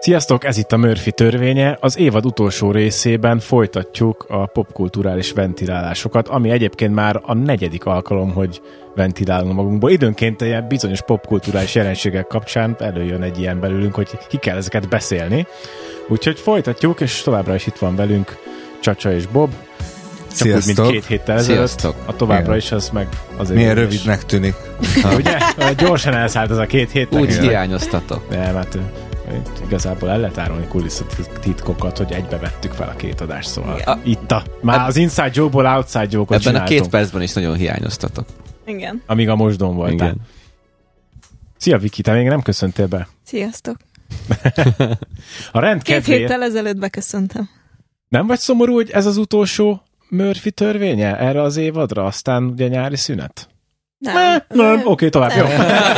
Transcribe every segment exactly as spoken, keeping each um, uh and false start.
Sziasztok, ez itt a Murphy törvénye. Az évad utolsó részében folytatjuk a popkulturális ventilálásokat, ami egyébként már a negyedik alkalom, hogy ventilálunk magunkból. Időnként ilyen bizonyos popkulturális jelenségek kapcsán előjön egy ilyen belőlünk, hogy ki kell ezeket beszélni. Úgyhogy folytatjuk, és továbbra is itt van velünk Csacsa és Bob. Csak Sziasztok. úgy, mint két héttel ezelőtt. Sziasztok. A továbbra Igen. is az meg azért... Milyen rövidnek tűnik. Ugye? Gyorsan elszállt ez a két hét. Úgy Igen. hiányoztatok. Nem, hát igazából el lehet árulni kulisszatitkokat, hogy egybe vettük fel a két adást, szóval A, itt a, már az inside joke-ból outside joke-ot ebben csináltunk. a két percben is nagyon hiányoztatok. Igen. Amíg a mosdón voltál. Igen. Szia Viki, te még nem köszöntél be. Sziasztok. A rend Két kedvéért... héttel ezelőtt beköszöntem. Nem vagy szomorú, hogy ez az utolsó Murphy törvénye erre az évadra, aztán ugye nyári szünet? Nem. Nem, nem. Oké, okay, tovább, jó.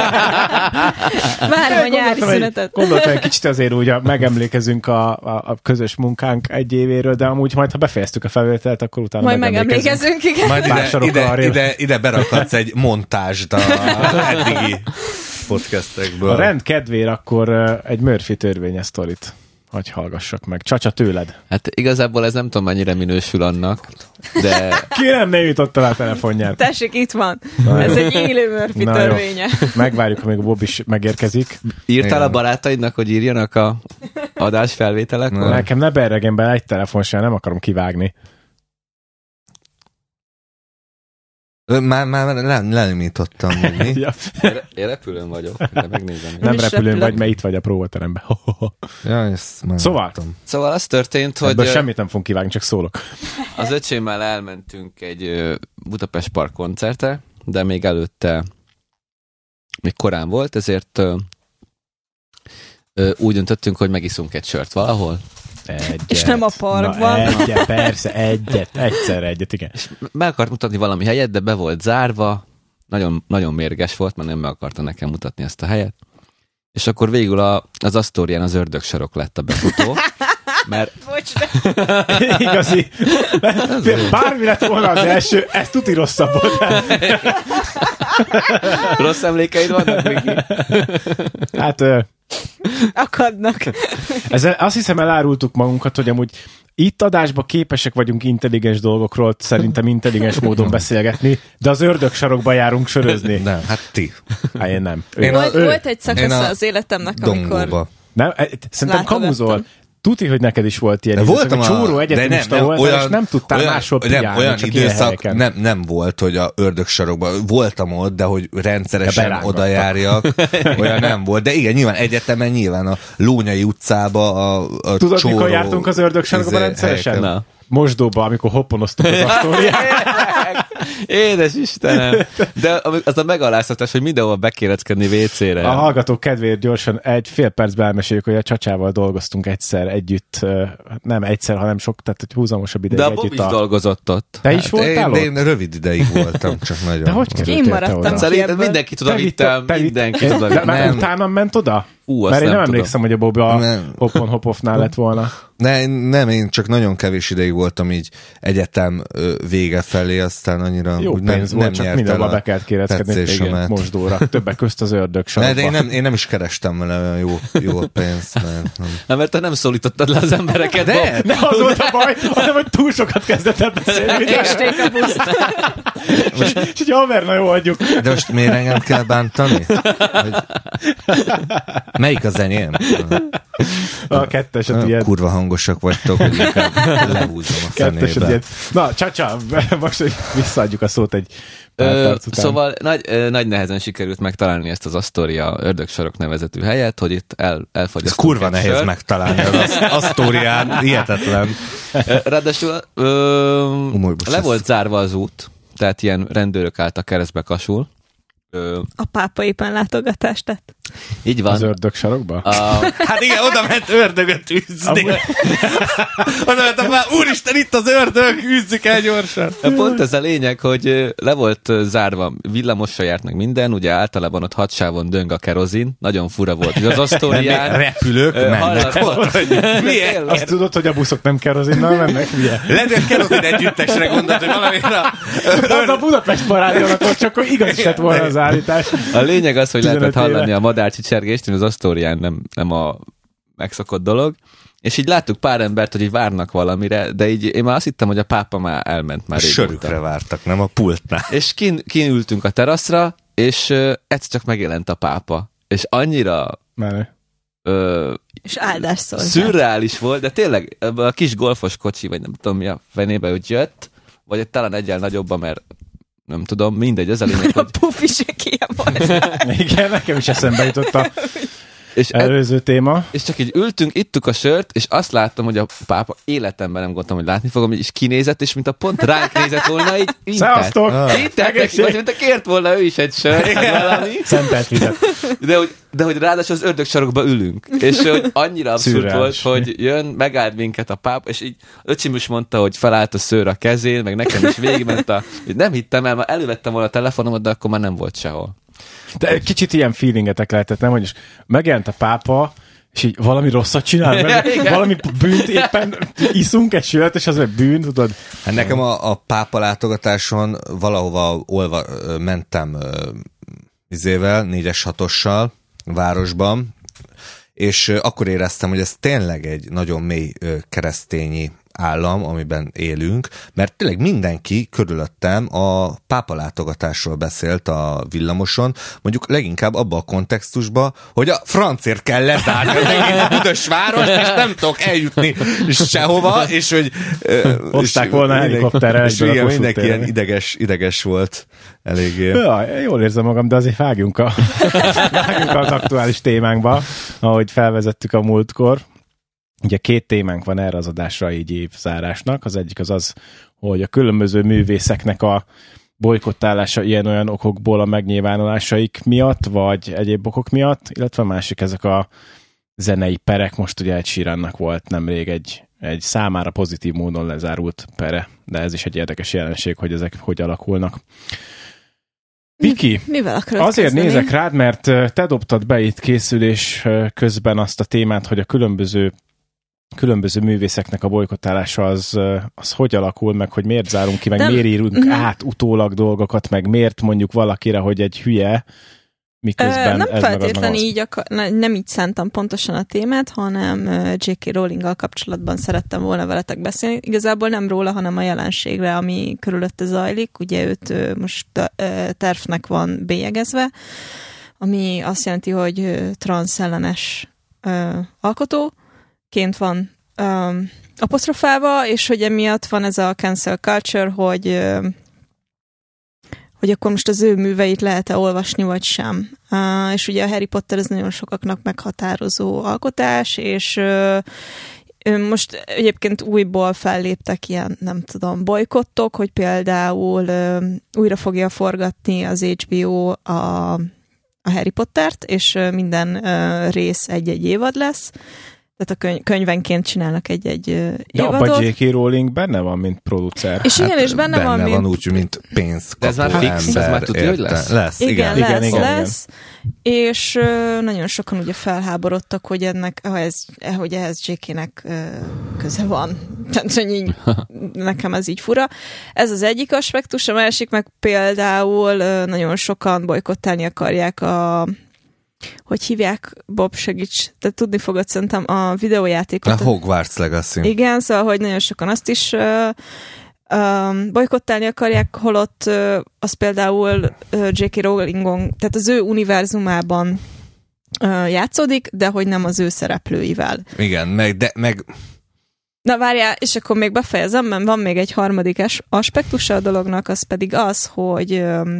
Várom a nyári Gondoltam, szünetet. Gondoltam, egy kicsit azért úgy a, megemlékezünk a, a, a közös munkánk egy évéről, de amúgy majd, ha befejeztük a felvételt, akkor utána Majd megemlékezünk. megemlékezünk, igen. Majd Pár ide, sorokkal ide, arrébb. ide, ide berakhatsz egy montást a eddigi podcastekből. A rend kedvére akkor uh, egy Murphy törvénye sztorit hagy hallgassak meg. Csacsa, tőled. Hát igazából ez nem tudom, mennyire minősül annak, de Kérem, ne jutott el a telefonját. Tessék, itt van. Na Ez jó. egy élő Murphy Na jó. törvénye. Megvárjuk, amíg a Bob is megérkezik. írtál Igen. a barátaidnak, hogy írjanak a adás felvételekor? Nem. Nekem ne berregjen be egy telefon sem, nem akarom kivágni. Ö, Már, már le, lelimítottam, hogy mi? Ja, Én repülőn vagyok, de megnézem. nem is repülőn repülök. vagy, mert itt vagy a próbateremben. Ja, ezt már Szóval? láttam. Szóval az történt, hogy Ebből ö, semmit nem fogunk kivágni, csak szólok. az öcsémmel elmentünk egy ö, Budapest Park koncertre, de még előtte még korán volt, ezért ö, ö, úgy döntöttünk, hogy megiszunk egy sört valahol. Egyet. És nem a parkban. Na, egyet, persze, egyet, egyszerre egyet, igen. Meg akart mutatni valami helyet, de be volt zárva, nagyon, nagyon mérges volt, mert nem meg akarta nekem mutatni ezt a helyet. És akkor végül a, az Asztórián az ördögsarok lett a befutó, mert Bocs, de Igazi. Bármi lett volna az első, ez tuti rosszabb volt. rossz emlékeid vannak, Viki? Hát ö, akadnak. ezzel azt hiszem elárultuk magunkat, hogy amúgy itt adásban képesek vagyunk intelligens dolgokról szerintem intelligens módon beszélgetni, de az ördögsarokba járunk sörözni. Nem, hát ti. Hát én nem. Ő, Én a- Volt, ő, volt egy Én szakasz a az életemnek, amikor... Dongóba. nem, e, szerintem Látogattam. kamuzol. Tuti, hogy neked is volt ilyen De időszak. voltam A a... csóró de egyetemista voltál, és nem tudtál olyan, máshol nem, piálni, olyan csak ilyen időszak helyeken. nem, nem volt, hogy a ördögsarokban voltam ott, de hogy De rendszeresen berángattak. oda járjak, olyan nem volt. De igen, nyilván egyetemen, nyilván a Lónyai utcába a, a Tudod, csóró, mikor jártunk az ördögsarokba izé, rendszeresen? helyeken. Na. Mosdóba, amikor hopponoztunk az Asztórián. Édes Istenem! De az a megaláztatás, hogy mindenhol bekéreckedni vécére. A hallgatók kedvéért gyorsan egy fél percben elmeséljük, hogy a Csacsával dolgoztunk egyszer együtt, ö, nem egyszer, hanem sok, tehát egy húzamosabb ideig De a Bob együtt. is A... dolgozott ott. Te is voltál Én, ott? én rövid ideig voltam, csak nagyon. De hogy Én kerültél te maradtam. oda? Szerintem ebből. mindenkit oda Te vittem, vitt- te vitt- mindenkit oda De vittem. már Nem. utána ment oda? Ú, azt Mert én nem, nem emlékszem, hogy a Bob a Nem. Hoppon Hopoffnál lett volna. Ne, nem, én csak nagyon kevés ideig voltam így egyetem ö, vége felé, aztán annyira Jó úgy nem, pénz nem volt, csak nyert mindenhol el be a kellett kéreckedni. tetszésemet. Mosdóra. Többek közt az ördög Ne, sarokba. de én nem, én nem is kerestem vele olyan jó, jó pénzt. Mert nem. Nem, mert te nem szólítottad le az embereket, De, Bob. Ne az volt a baj, hanem hogy túl sokat kezdett el beszélni. Késték a buszt. És így haver, na jó, adjuk. de most miért engem kell bántani? Hogy... Melyik az enyém? A ketteset ilyen. Kurva hangosak vagytok, hogy inkább lehúzom a Ketteset fenébe. ilyen. Na, Csacsa, most hogy visszaadjuk a szót egy pár Ö, perc után. szóval nagy, ö, nagy nehezen sikerült megtalálni ezt az Asztória ördögsarok nevezetű helyet, hogy itt el, Ez elfogyasztunk kurva egy nehéz sört. megtalálni az Ast- Asztórián, hihetetlen. Ö, Ráadásul ö, Umoly, bocs, le ez- volt zárva az út, tehát ilyen rendőrök álltak keresztbe kasul. Ö, A pápa éppen látogatást tett. így van. Az ördög sarokba? A, Hát igen, oda ment ördögöt űzni. Amúgy- Oda mentem már, úristen, itt az ördög, űzzük el gyorsan. pont ez a lényeg, hogy ö, le volt ö, zárva, villamossal járt meg minden, ugye általában ott hat sávon döng a kerozin, nagyon fura volt. Ugye az Asztórián... Repülők ö, mennek hallott- ott, hogy miért? Azt tudod, hogy a buszok nem kerozinnal mennek? Ugye? Lehet, hogy kerozin együttesre gondolt, hogy valamire De az a Budapest parádionatot, csak akkor igaz is lett volna az állítás. A lényeg az, hogy lehetett tizenöt éve. hallani a madárcsicsergést, én az Asztórián nem, nem a megszokott dolog, és így láttuk pár embert, hogy így várnak valamire, de így én már azt hittem, hogy a pápa már elment már A régóta. sörükre vártak, nem a pultnál. És kin, kin ültünk a teraszra, és uh, egyszer csak megjelent a pápa. És annyira Menő. uh, És áldás szólt. szürreális volt, de tényleg a kis golfos kocsi, vagy nem tudom mi a fenébe, hogy jött, vagy talán egyel nagyobban, mert nem tudom, mindegy, az a lényeg, A hogy... pufi sekéje volt. Igen, nekem is eszembe jutott a És előző téma. És csak így ültünk, ittuk a sört, és azt láttam, hogy a pápa életemben nem gondoltam, hogy látni fogom, és kinézett, és mint a pont ránk nézett volna, így intett. Szevasztok! Ah. Intett neki, vagy mint a kért volna ő is egy sört, vagy valami. Szentelt vizet. De hogy, de hogy ráadásul az ördögsarokba ülünk. És hogy annyira abszurd volt, Szürreális. hogy jön, megállt minket a pápa, és így öcsim is mondta, hogy felállt a szőr a kezén, meg nekem is végigment a... Nem hittem el, már elővettem volna a telefonomat, de akkor már nem volt sehol. De kicsit ilyen feelingetek lehetett, nem? Hogy is megjelent a pápa, és így valami rosszat csinál, meg Igen. valami bűnt éppen iszunk egy sört, és az egy bűn, tudod? Hát nekem a, a pápa látogatáson valahova olva, ö, mentem ö, izével, négyes hatossal városban, és ö, akkor éreztem, hogy ez tényleg egy nagyon mély ö, keresztényi állam, amiben élünk, mert tényleg mindenki körülöttem a pápa látogatásról beszélt a villamoson, mondjuk leginkább abba a kontextusba, hogy a francért kell lezárni az egész büdös város, és nem tudok eljutni sehova, és hogy... Hozták volna helikopterrel és egyből a igen, Kossuth mindenki térre. ilyen ideges, ideges volt eléggé. Ja, jól érzem magam, de azért vágjunk, a, vágjunk az aktuális témánkba, ahogy felvezettük a múltkor. Ugye két témánk van erre az adásra így évzárásnak. Az egyik az az, hogy a különböző művészeknek a bolykottálása ilyen-olyan okokból a megnyilvánulásaik miatt, vagy egyéb okok miatt, illetve a másik ezek a zenei perek. Most ugye egy Sheerannak volt nemrég egy, egy számára pozitív módon lezárult pere, de ez is egy érdekes jelenség, hogy ezek hogy alakulnak. Viki, Mivel akarod azért kezdeni? nézek rád, mert te dobtad be itt készülés közben azt a témát, hogy a különböző különböző művészeknek a bolykottálása az, az hogy alakul, meg hogy miért zárunk ki, meg Nem. miért írunk Mhm. át utólag dolgokat, meg miért mondjuk valakire, hogy egy hülye, miközben Ö, nem ez meg az meg feltétlenül az. így, akar, ne, nem így szántam pontosan a témát, hanem ö, jé ká. Rowlinggal kapcsolatban szerettem volna veletek beszélni. Igazából nem róla, hanem a jelenségre, ami körülötte zajlik. Ugye őt ö, most ö, tervnek van bélyegezve, ami azt jelenti, hogy ö, transzellenes ö, alkotóként van ö, apostrofálva, és hogy emiatt van ez a cancel culture, hogy ö, hogy akkor most az ő műveit lehet-e olvasni, vagy sem. Uh, és ugye a Harry Potter ez nagyon sokaknak meghatározó alkotás, és uh, most egyébként újból felléptek ilyen, nem tudom, bolykottok, hogy például uh, újra fogja forgatni az há bé ó a, a Harry Pottert, és uh, minden uh, rész egy-egy évad lesz. Tehát a könyv, könyvenként csinálnak egy-egy uh, De évadot. abban jé ká. Rowling benne van, mint producer. És igen, és benne, benne van, mint... van úgy, mint pénzkapó De ez már fix, ember, ez már tudja, hogy érte. lesz? Lesz, Igen, igen. lesz, Igen, igen, lesz. És ö, nagyon sokan ugye felháborodtak, hogy ennek, ha ez, hogy ehhez jé ká-nek ö, köze van. Tehát, hogy így, nekem ez így fura. Ez az egyik aspektus, a másik meg például ö, nagyon sokan bolykottálni akarják a hogy hívják, Bob, segíts, te tudni fogod szerintem a videójátékot. A Hogwarts Legacy. Igen, szóval, hogy nagyon sokan azt is uh, um, bolykottálni akarják, holott uh, az például uh, jé ká. Rowlingon, tehát az ő univerzumában uh, játszódik, de hogy nem az ő szereplőivel. Igen, meg, de, meg Na várjál, és akkor még befejezem, mert van még egy harmadik es- aspektusa a dolognak, az pedig az, hogy um,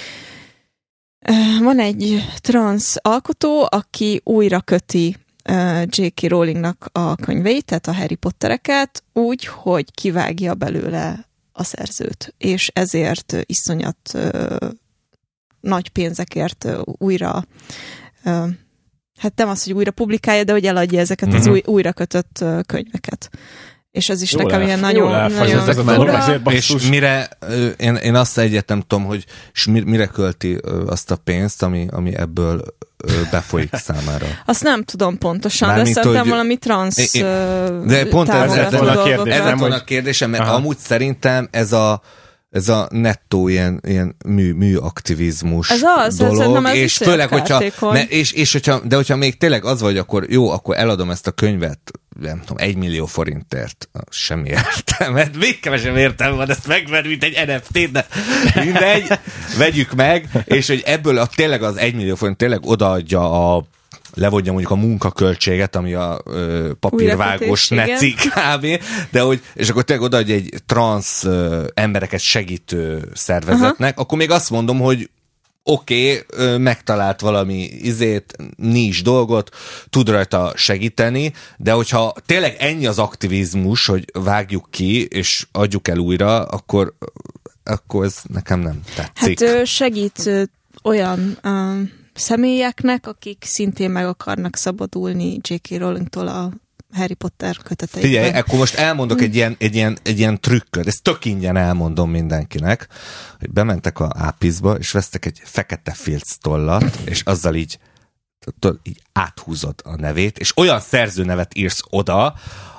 van egy transz alkotó, aki újra köti uh, jé ká. Rowlingnak a könyveit, tehát a Harry Pottereket, úgy, hogy kivágja belőle a szerzőt, és ezért uh, iszonyat uh, nagy pénzekért uh, újra uh, hát nem az, hogy újra publikálja, de hogy eladja ezeket mm-hmm. az új, újra kötött uh, könyveket. És ez is Jól nekem elf- ilyen jól nagyon, elfagyott nagyon ez a fura. dolog, azért basszus. és mire, ö, én, én azt egyet nem tudom, hogy és mi- mire költi ö, azt a pénzt, ami, ami ebből ö, befolyik számára. Azt nem tudom pontosan, Mármint, de szerintem hogy- valami transz Én- ö, de pont ez- támogató ez lett volna a dolgokra. kérdés, Ez nem, lett volna hogy- a kérdésem, mert Aha. amúgy szerintem ez a ez a nettó ilyen, ilyen mű, műaktivizmus ez az, dolog, ez és főleg, hogyha, me, és, és hogyha, de hogyha még tényleg az vagy, akkor jó, akkor eladom ezt a könyvet, nem tudom, egy millió forintért, semmi értelme, még kevesebb értelme van ezt megvenni, mint egy en ef té-t, de mindegy, vegyük meg, és hogy ebből a, tényleg az egy millió forint tényleg odaadja a levonja mondjuk a munkaköltséget, ami a ö, papírvágós neci kb. De hogy, és akkor tényleg odaadja egy transz ö, embereket segítő szervezetnek, aha, akkor még azt mondom, hogy oké, okay, megtalált valami izét, nincs dolgot, tud rajta segíteni, de hogyha tényleg ennyi az aktivizmus, hogy vágjuk ki, és adjuk el újra, akkor, akkor ez nekem nem tetszik. Hát segít olyan uh, személyeknek, akik szintén meg akarnak szabadulni dzsé ká. Rowlingtól a Harry Potter köteteikben. Figyelj, akkor most elmondok egy ilyen, egy, ilyen, egy ilyen trükköt, ezt tök ingyen elmondom mindenkinek, hogy bementek a ápizba, és vesztek egy fekete filc tollat, és azzal így, így áthúzod a nevét, és olyan szerzőnevet írsz oda,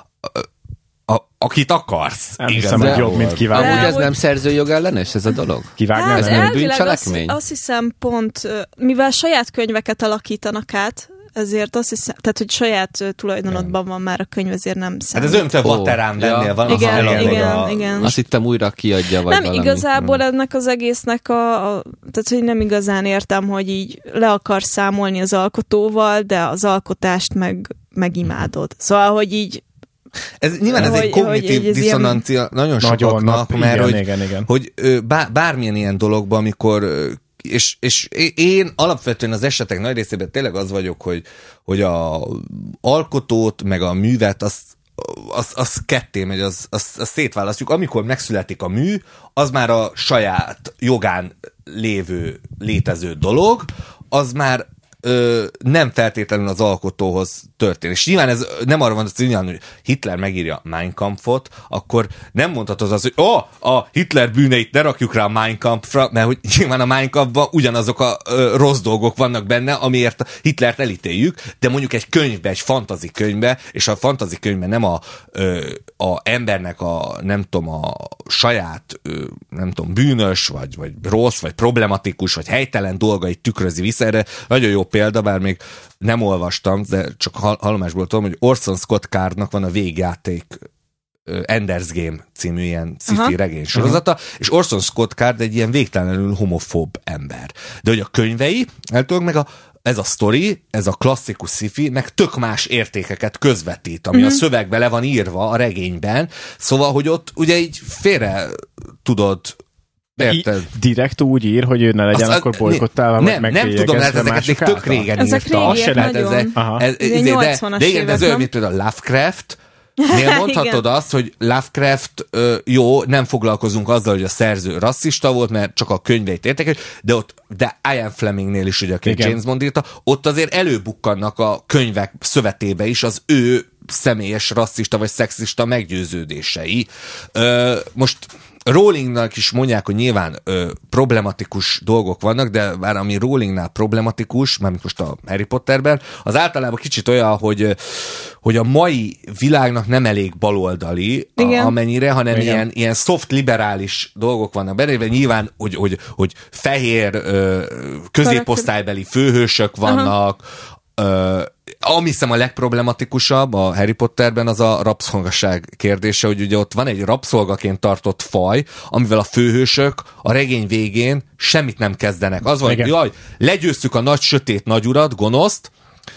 a, akit akarsz. Nem hiszem, hogy jobb, mint kivágni. Amúgy ez nem szerzőjog ellenes, ez a dolog? Kivágni hát, ez nem bűncselekmény? Azt, azt hiszem pont, mivel saját könyveket alakítanak át, ezért azt hiszem, tehát, hogy saját tulajdonodban van már a könyv, ezért nem számít. Hát ez olyan, mint a Vaterán vennél, ja, van igen, az igen, a... igen. Azt hittem újra kiadja, vagy nem, valami. igazából nem. Ennek az egésznek a, a... Tehát, hogy nem igazán értem, hogy így le akarsz számolni az alkotóval, de az alkotást meg, megimádod. Szóval, hogy így ez nyilván ez hogy, egy kognitív diszonancia ilyen... nagyon sokaknak, nagyon, mert igen, hogy, igen, igen. hogy bármilyen ilyen dologban, amikor És, és én alapvetően az esetek nagy részében tényleg az vagyok, hogy, hogy a alkotót, meg a művet, azt az, az ketté megy, az, az, az szétválasztjuk. Amikor megszületik a mű, az már a saját jogán lévő, létező dolog, az már ö, nem feltétlenül az alkotóhoz történik. És nyilván ez nem arra van, hogy Hitler megírja Mein Kampfot, akkor nem mondhatod az, hogy ó, oh, a Hitler bűneit ne rakjuk rá a Mein Kampfra, mert hogy nyilván a Mein Kampfban ugyanazok a ö, rossz dolgok vannak benne, amiért Hitlert elítéljük, de mondjuk egy könyvbe, egy fantasy könyvbe, és a fantasy könyvben nem a, ö, a embernek a, nem tudom, a saját, ö, nem tudom, bűnös, vagy, vagy rossz, vagy problematikus, vagy helytelen dolgait tükrözi vissza. Erre nagyon jó példa, bár még nem olvastam, de csak hallomásból tudom, hogy Orson Scott Cardnak van a végjáték Ender's Game című ilyen sci-fi regény sorozata, uh-huh. és Orson Scott Card egy ilyen végtelenül homofób ember. De hogy a könyvei, eltudok meg a ez a sztori, ez a klasszikus sci-fi, meg tök más értékeket közvetít, ami uh-huh. a szövegbe le van írva a regényben, szóval, hogy ott ugye így félre tudod érted? Direkt úgy ír, hogy ő ne legyen az, akkor bolykottálva, nem, nem, nem tudom, mert ezeket még tök régen ezek írta. Ezek régen nagyon. Ez, ez, ez, de, de igen, ez olyan, mint például Lovecraft, nél mondhatod azt, hogy Lovecraft ö, jó, nem foglalkozunk azzal, hogy a szerző rasszista volt, mert csak a könyveit értékes, de ott, de Ian Flemingnél is, ugye, aki James Bond írta, ott azért előbukkannak a könyvek szövetébe is az ő személyes rasszista vagy szexista meggyőződései. Ö, most Rowlingnak is mondják, hogy nyilván ö, problematikus dolgok vannak, de bár ami Rowlingnál problematikus, mármint most a Harry Potterben, az általában kicsit olyan, hogy, hogy a mai világnak nem elég baloldali, a, amennyire, hanem ilyen, ilyen soft liberális dolgok vannak benne, nyilván, hogy, hogy, hogy fehér ö, középosztálybeli főhősök vannak, ö, ami hiszem a legproblematikusabb a Harry Potterben az a rabszolgaság kérdése, hogy ugye ott van egy rabszolgaként tartott faj, amivel a főhősök a regény végén semmit nem kezdenek. Az van, hogy jaj, legyőztük a nagy sötét nagyurat, gonoszt,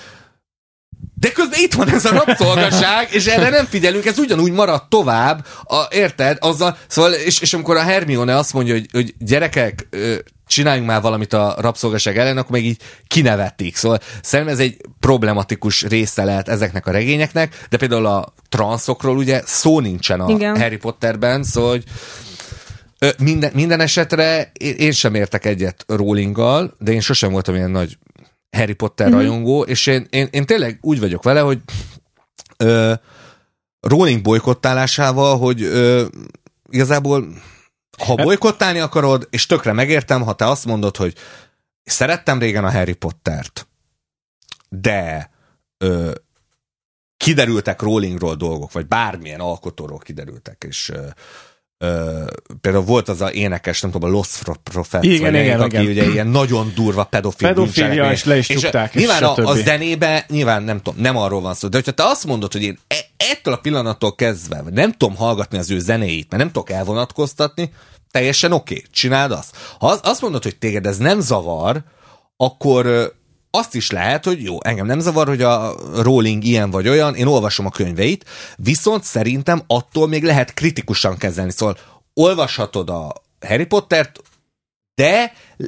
de közben itt van ez a rabszolgaság, és erre nem figyelünk, ez ugyanúgy marad tovább, a, érted? Azzal, szóval, és, és amikor a Hermione azt mondja, hogy, hogy gyerekek, csináljunk már valamit a rabszolgaság ellen, akkor meg így kinevették. Szóval szerintem ez egy problematikus része lehet ezeknek a regényeknek, de például a transzokról ugye szó nincsen a Igen. Harry Potterben, szóval hogy minden, minden esetre én sem értek egyet Rowlinggal, de én sosem voltam ilyen nagy Harry Potter mm-hmm. rajongó, és én, én, én tényleg úgy vagyok vele, hogy ö, Rowling bolykottálásával, hogy ö, igazából ha bolykottálni akarod, és tökre megértem, ha te azt mondod, hogy szerettem régen a Harry Pottert, de ö, kiderültek Rowlingról dolgok, vagy bármilyen alkotóról kiderültek, és ö, Ö, például volt az a énekes, nem tudom, a Lost Prophets, igen, vagy igen, aki igen. ugye ilyen nagyon durva pedofil pedofília, és le is és csukták, és nyilván a, a stb. zenébe, nyilván nem tudom, nem arról van szó, de hogyha te azt mondod, hogy én e- ettől a pillanattól kezdve nem tudom hallgatni az ő zenéit, mert nem tudok elvonatkoztatni, teljesen oké, okay, csináld azt. Ha azt mondod, hogy téged ez nem zavar, akkor azt is lehet, hogy jó, engem nem zavar, hogy a Rowling ilyen vagy olyan, én olvasom a könyveit, viszont szerintem attól még lehet kritikusan kezelni. Szóval olvashatod a Harry Pottert, de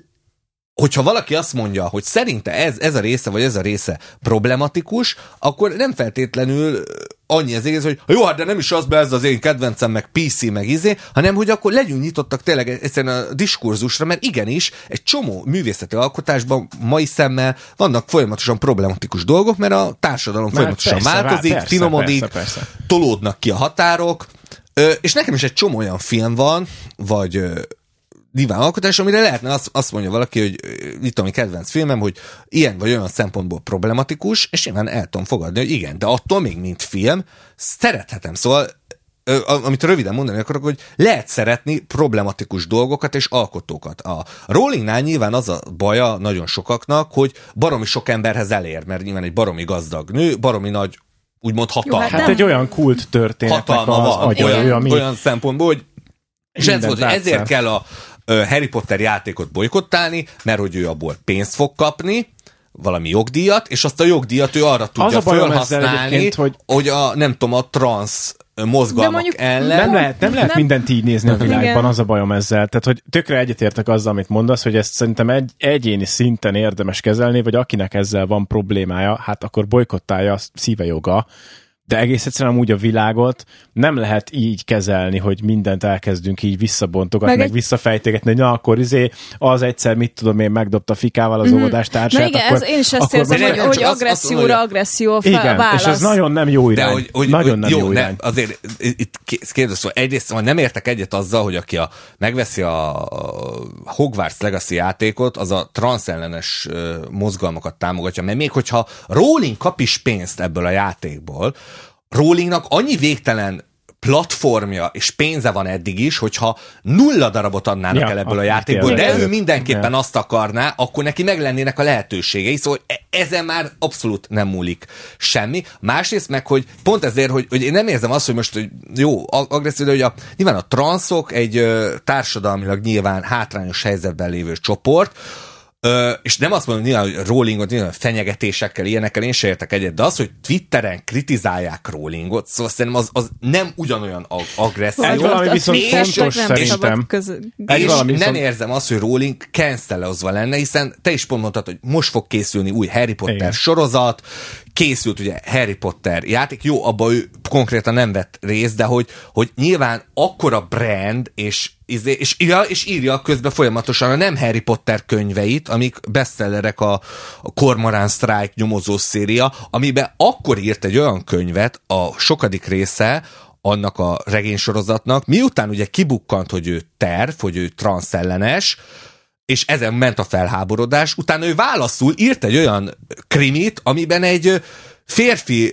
hogyha valaki azt mondja, hogy szerinte ez, ez a része, vagy ez a része problematikus, akkor nem feltétlenül annyi az egész, hogy jó, hát de nem is az be, ez az én kedvencem, meg pé cé, meg izé, hanem hogy akkor legyünk nyitottak tényleg egyszerűen a diskurzusra, mert igenis egy csomó művészeti alkotásban mai szemmel vannak folyamatosan problematikus dolgok, mert a társadalom már folyamatosan persze, változik, persze, finomodik, persze, persze. tolódnak ki a határok, és nekem is egy csomó olyan film van, vagy diván alkotás, amire lehetne azt, azt mondja valaki, hogy mit tudom, kedvenc filmem, hogy ilyen vagy olyan szempontból problematikus, és nyilván el tudom fogadni, hogy igen, de attól még, mint film, szerethetem. Szóval, amit röviden mondani akarok, hogy lehet szeretni problematikus dolgokat és alkotókat. A Rowlingnál nyilván az a baja nagyon sokaknak, hogy baromi sok emberhez elér, mert nyilván egy baromi gazdag nő, baromi nagy, úgymond hatalma. Jó, hát, hát egy olyan kult történetnek hatalma az van, agya, olyan, ami... olyan szempontból, hogy és ez volt, hogy ezért kell a Harry Potter játékot bolykottálni, mert hogy ő abból pénzt fog kapni, valami jogdíjat, és azt a jogdíjat ő arra tudja felhasználni, hogy... hogy a, nem tudom, a transz mozgalmak ellen. Nem lehet, nem lehet nem. mindent így nézni a világban, igen. Az a bajom ezzel. Tehát, hogy tökre egyetértek azzal, amit mondasz, hogy ezt szerintem egy, egyéni szinten érdemes kezelni, vagy akinek ezzel van problémája, hát akkor bolykottálja, szíve joga. De egész egyszerűen úgy a világot nem lehet így kezelni, hogy mindent elkezdünk így visszabontogatni, meg, meg egy... visszafejtegetni, hogy na akkor izé, az egyszer, mit tudom én, megdobta fikával az mm. óvodástársát. Igen, akkor, ez, én is ezt érzem, hogy, hogy agresszióra agresszió fel, igen, válasz. És ez nagyon nem jó irány. De hogy, hogy, nagyon nem jó, jó irány. Nem, azért itt kérdez, hogy egyrészt szóval nem értek egyet azzal, hogy aki a, megveszi a Hogwarts Legacy játékot, az a transzellenes mozgalmakat támogatja, mert még hogyha Rowling kap is pénzt ebből a játékból, Rowlingnak annyi végtelen platformja és pénze van eddig is, hogyha nulla darabot adnának ja, el ebből a játékból, de ő mindenképpen ja. azt akarná, akkor neki meglennének a lehetőségei, szóval ezen már abszolút nem múlik semmi. Másrészt meg, hogy pont ezért, hogy, hogy én nem érzem azt, hogy most hogy jó, agresszió, de hogy a, nyilván a transzok egy ö, társadalmilag nyilván hátrányos helyzetben lévő csoport, Ö, és nem azt mondom, hogy nyilván, hogy Rowlingot nyilván fenyegetésekkel, ilyenekkel én se értek egyet, de az, hogy Twitteren kritizálják Rowlingot, szóval szerintem az, az nem ugyanolyan agresszió. Egy valami viszont fontos szerintem. Köz... És nem viszont... érzem azt, hogy Rowling cancelozva lenne, hiszen te is pont mondtad, hogy most fog készülni új Harry Potter igen. sorozat, készült ugye Harry Potter játék, jó, abban ő konkrétan nem vett részt, de hogy, hogy nyilván akkora brand, és, és, írja, és írja közben folyamatosan a nem Harry Potter könyveit, amik bestsellerek a, a Cormoran Strike nyomozó széria, amiben akkor írt egy olyan könyvet, a sokadik része annak a regénysorozatnak, miután ugye kibukkant, hogy ő terv, hogy ő transzellenes, és ezen ment a felháborodás, utána ő válaszul írt egy olyan krimit, amiben egy férfi,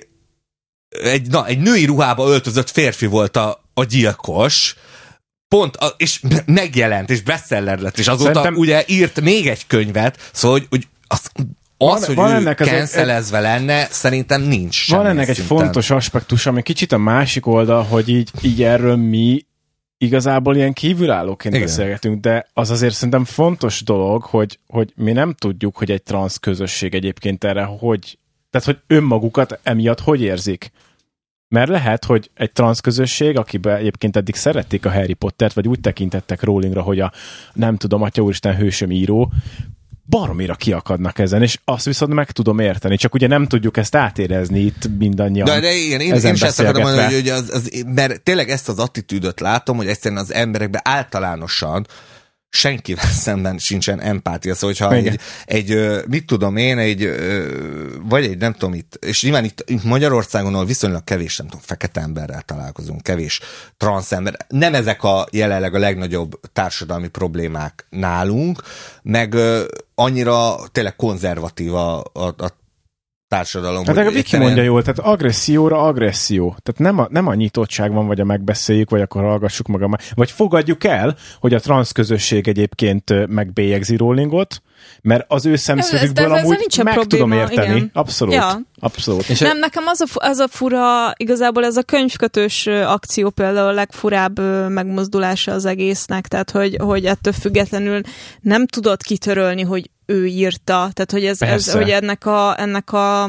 egy, na, egy női ruhába öltözött férfi volt a, a gyilkos, pont, a, és megjelent, és bestseller lett, és azóta szerintem... ugye írt még egy könyvet, szóval, hogy, hogy az, az, van, hogy van ő cancelezve egy... lenne, szerintem nincs. Van ennek egy szinten. Fontos aspektus, ami kicsit a másik oldal, hogy így, így erről mi igazából ilyen kívülállóként igen. beszélgetünk, de az azért szerintem fontos dolog, hogy, hogy mi nem tudjuk, hogy egy transz közösség egyébként erre hogy, tehát hogy önmagukat emiatt hogy érzik. Mert lehet, hogy egy transz közösség, akiben egyébként eddig szerették a Harry Pottert, vagy úgy tekintettek Rowlingra, hogy a nem tudom, atya úristen hősöm író, baromira kiakadnak ezen, és azt viszont meg tudom érteni, csak ugye nem tudjuk ezt átérezni itt mindannyian. De, de igen, én, én is ezt akarom mondani, hogy az, az, mert tényleg ezt az attitűdöt látom, hogy egyszerűen az emberekben általánosan senkivel szemben sincsen empátia, szóval hogyha egy, egy, mit tudom én, egy, vagy egy, nem tudom itt, és nyilván itt, itt Magyarországon viszonylag kevés, nem tudom, fekete emberrel találkozunk, kevés transz ember, nem ezek a jelenleg a legnagyobb társadalmi problémák nálunk, meg annyira tényleg konzervatív a, a, a társadalom. Hát a Viki egyszerűen... mondja jól, tehát agresszióra agresszió. Tehát nem a, nem a nyitottság van, vagy a megbeszéljük, vagy akkor hallgassuk meg a... Vagy fogadjuk el, hogy a transz közösség egyébként megbélyegzi Rowlingot, mert az ő szemszögükből amúgy meg probléma, tudom érteni. Igen. Abszolút. Ja. Abszolút. És nem, nekem az a, az a fura, igazából ez a könyvkötős akció például a legfurább megmozdulása az egésznek, tehát hogy, hogy ettől függetlenül nem tudod kitörölni, hogy ő írta, tehát hogy, ez, ez, hogy ennek a, ennek a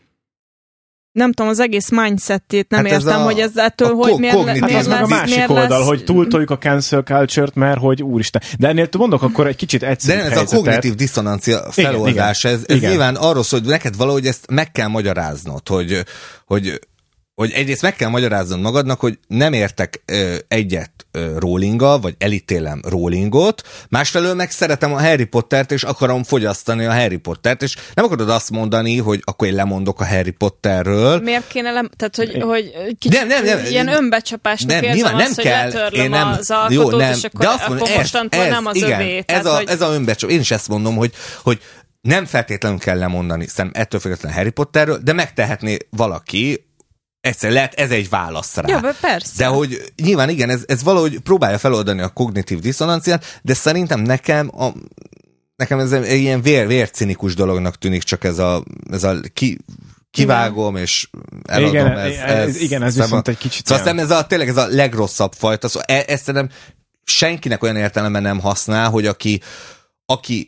nem tudom, az egész mindsetét nem hát értem, a, hogy ez ettől, hogy ko- miért, miért hát lesz. Hát az meg a másik oldal, lesz... hogy túltoljuk a cancel culture-t, mert hogy úristen. De ennél mondok akkor egy kicsit egyszerűbb helyzetet. helyzetet. De nem, ez a kognitív diszonancia feloldása, ez, ez nyilván arról szól, hogy neked valahogy ezt meg kell magyaráznod, hogy, hogy hogy egyrészt meg kell magyaráznod magadnak, hogy nem értek ö, egyet ö, Rowlinggal, vagy elítélem Rowlingot, másfelől meg szeretem a Harry Pottert, és akarom fogyasztani a Harry Pottert, és nem akarod azt mondani, hogy akkor én lemondok a Harry Potterről. Miért kéne lem... Tehát, hogy, hogy kicsit nem, nem, nem, ilyen önbecsapásnak nem, érzem nem azt, kell, hogy letörlöm nem, az alkotót, jó, nem, és akkor, azt mondom, akkor mostantól ez, nem az igen, övé. Ez, tehát, a, hogy... ez a önbecsapás. Én is ezt mondom, hogy, hogy nem feltétlenül kell lemondani, szerintem ettől függetlenül Harry Potterről, de megtehetné valaki. Egyszer lehet, ez egy válasz rá. Ja, persze. De hogy nyilván igen, ez, ez valahogy próbálja feloldani a kognitív diszonanciát, de szerintem nekem a, nekem ez egy ilyen vér, vércinikus dolognak tűnik, csak ez a, ez a ki, kivágom, igen. És eladom. Igen, ez, ez, ez, igen, ez viszont egy kicsit... Szóval aztán ez a, tényleg ez a legrosszabb fajta, szóval e, ezt szerintem senkinek olyan értelemben nem használ, hogy aki, aki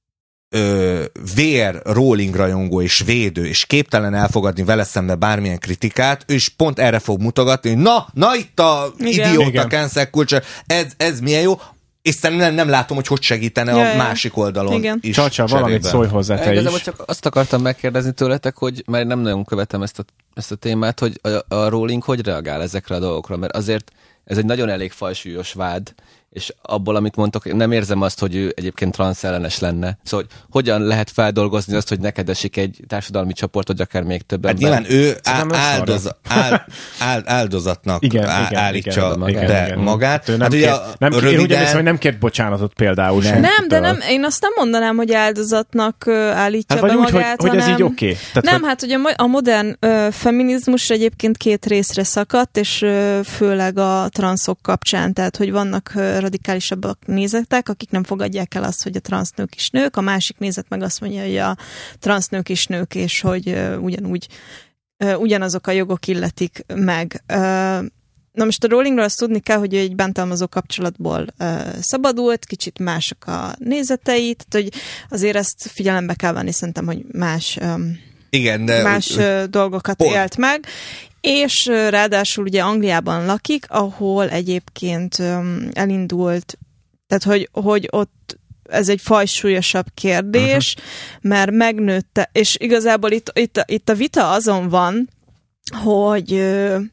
Ö, vér Rowling rajongó és védő, és képtelen elfogadni vele szembe bármilyen kritikát, ő is pont erre fog mutogatni, hogy na, na itt a igen. idióta cancel culture, ez, ez milyen jó, és szerintem nem, nem látom, hogy hogy segítene ja, a másik oldalon igen. is. Csacsa, valamit szólj hozzá te Igazából is. Csak azt akartam megkérdezni tőletek, hogy mert nem nagyon követem ezt a, ezt a témát, hogy a, a Rowling hogy reagál ezekre a dolgokra, mert azért ez egy nagyon elég fajsúlyos vád, és abból, amit mondtok, nem érzem azt, hogy ő egyébként transzellenes lenne. Szóval, hogy hogyan lehet feldolgozni azt, hogy neked esik egy társadalmi csoport, vagy akár még több ember. Hát nyilván ő áldoz, áld, áld, áldozatnak igen, á, igen, állítsa igen, be igen, magát. Hát nem hát kért, ugye, nem, röviden... Én úgy emlékszem, hogy nem kért bocsánatot például. Nem, nem de nem, én azt nem mondanám, hogy áldozatnak állítja hát be úgy, magát, hogy, hanem... hogy ez így oké. Okay. Nem, hogy... hát ugye a modern ö, feminizmus egyébként két részre szakadt, és ö, főleg a transzok kapcsán, tehát hogy vannak ö, radikálisabbak nézetek, akik nem fogadják el azt, hogy a transznők is nők, a másik nézet meg azt mondja, hogy a transznők is nők, és hogy uh, ugyanúgy uh, ugyanazok a jogok illetik meg. Uh, na most a Rowlingról azt tudni kell, hogy ő egy bántalmazó kapcsolatból uh, szabadult, kicsit mások a nézetei, tehát hogy azért ezt figyelembe kell venni, szerintem, hogy más, um, igen, de más uh, dolgokat pont. élt meg, és uh, ráadásul ugye Angliában lakik, ahol egyébként um, elindult, tehát hogy, hogy ott ez egy fajsúlyosabb kérdés, uh-huh. mert megnőtte, és igazából itt, itt, itt a vita azon van, hogy,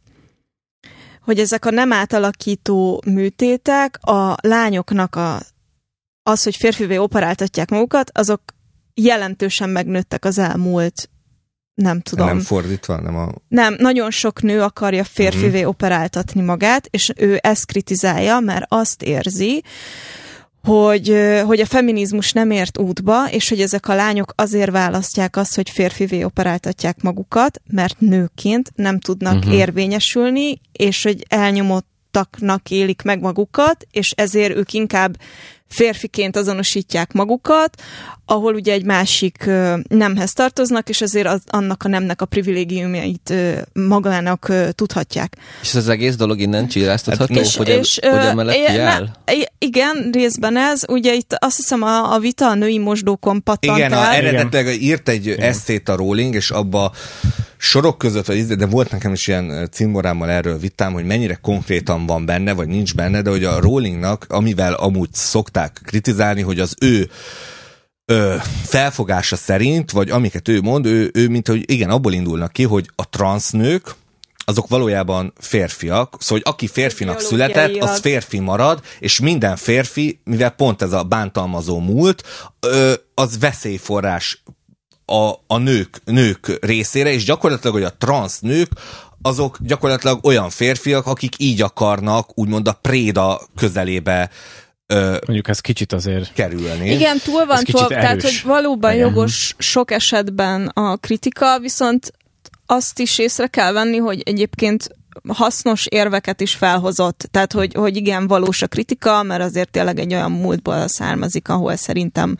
hogy ezek a nem átalakító műtétek, a lányoknak a, az, hogy férfivé operáltatják magukat, azok jelentősen megnőttek az elmúlt nem tudom. Nem fordítva, nem a... Nem, nagyon sok nő akarja férfivé uh-huh. operáltatni magát, és ő ezt kritizálja, mert azt érzi, hogy, hogy a feminizmus nem ért útba, és hogy ezek a lányok azért választják azt, hogy férfivé operáltatják magukat, mert nőként nem tudnak uh-huh. érvényesülni, és hogy elnyomottaknak élik meg magukat, és ezért ők inkább férfiként azonosítják magukat, ahol ugye egy másik ö, nemhez tartoznak, és ezért az, annak a nemnek a privilégiumjait ö, magának ö, tudhatják. És az egész dolog innen csíráztatható, és, hogy, és, hogy emellett jár? Igen, részben ez. Ugye itt azt hiszem a, a vita a női mosdókon pattant igen, el. Igen, eredetileg írt egy igen. eszét a Rowling, és abba sorok között, de volt nekem is ilyen cimborámmal erről vitám, hogy mennyire konkrétan van benne, vagy nincs benne, de hogy a Rowlingnak, amivel amúgy szokták kritizálni, hogy az ő ö, felfogása szerint, vagy amiket ő mond, ő, ő mint hogy igen, abból indulnak ki, hogy a transznők, azok valójában férfiak, szóval hogy aki férfinak született, az férfi marad, és minden férfi, mivel pont ez a bántalmazó múlt, ö, az veszélyforrás A, a nők, nők részére, és gyakorlatilag, hogy a transz nők, azok gyakorlatilag olyan férfiak, akik így akarnak, úgymond a préda közelébe mondjuk ez kicsit azért kerülni. Igen, túl van túl, tehát hogy valóban igen. jogos sok esetben a kritika, viszont azt is észre kell venni, hogy egyébként hasznos érveket is felhozott. Tehát, hogy, hogy igen, valós a kritika, mert azért tényleg egy olyan múltból származik, ahol szerintem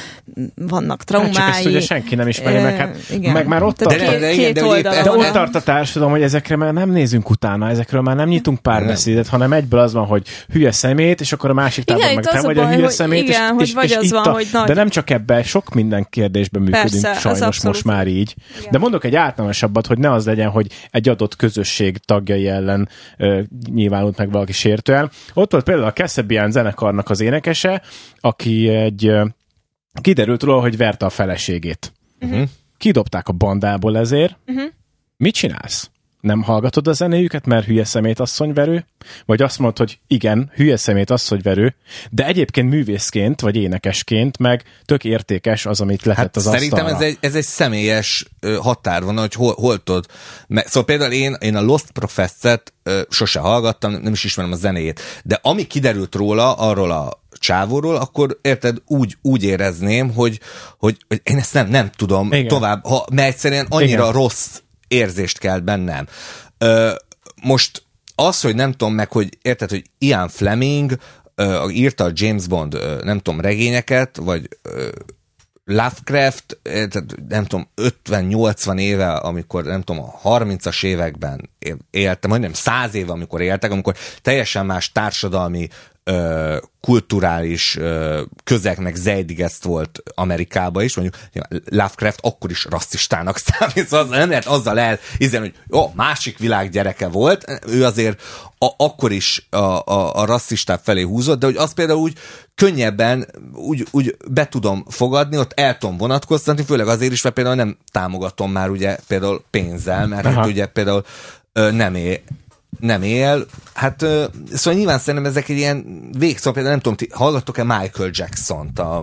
vannak traumái. Hát csak ezt ugye senki nem ismeri, meg, hát, meg már ott tart, de, de, de, igen, de, de, de ott tart a társadalom, hogy ezekre már nem nézünk utána, ezekről már nem nyitunk párbeszédet, hanem egyből az van, hogy hülye szemét, és akkor a másik tábor meg te vagy a hülye szemét, igen, és, és, és az van, a, hogy nagy... de nem csak ebben, sok minden kérdésben működünk, persze, sajnos most már így. Igen. De mondok egy általánosabbat, hogy ne az legyen, hogy egy adott közösség tagjai ellen uh, nyilvánult meg valaki sértően. Ott volt például a Kasabian zenekarnak az énekese, aki egy uh, kiderült róla, hogy verte a feleségét. Uh-huh. Kidobták a bandából ezért. Uh-huh. Mit csinálsz? Nem hallgatod a zenéjüket, mert hülye szemét asszonyverő? Vagy azt mondod, hogy igen, hülye szemét asszonyverő, de egyébként művészként, vagy énekesként meg tök értékes az, amit letett hát az asztalra. Szerintem ez egy, ez egy személyes határ van, hogy hol, hol tudod. Szóval például én, én a Lost Professor-t sose hallgattam, nem is ismerem a zenéjét, de ami kiderült róla, arról a csávóról, akkor érted, úgy, úgy érezném, hogy, hogy, hogy én ezt nem, nem tudom igen. tovább, ha, mert egyszerűen annyira igen. rossz érzést kelt bennem. Ö, most az, hogy nem tudom meg, hogy érted, hogy Ian Fleming ö, írta a James Bond, ö, nem tudom, regényeket, vagy ö, Lovecraft, érted, nem tudom, ötven-nyolcvan éve, amikor nem tudom, a harmincas években éltem, majdnem száz éve, amikor éltek, amikor teljesen más társadalmi Ö, kulturális ö, közeg meg zeitgeist volt Amerikában is, mondjuk Lovecraft akkor is rasszistának számít, szóval nem lehet azzal elhiszem, hogy jó, másik világ gyereke volt, ő azért a, akkor is a, a, a rasszisták felé húzott, de hogy azt például úgy könnyebben úgy, úgy be tudom fogadni, ott el tudom vonatkoztatni, főleg azért is, mert például nem támogatom már ugye például pénzzel, mert hát ugye például ö, nem él nem él. Hát, szóval nyilván szerintem ezek egy ilyen végszó, például nem tudom, ti hallgattok-e Michael Jackson-t? A...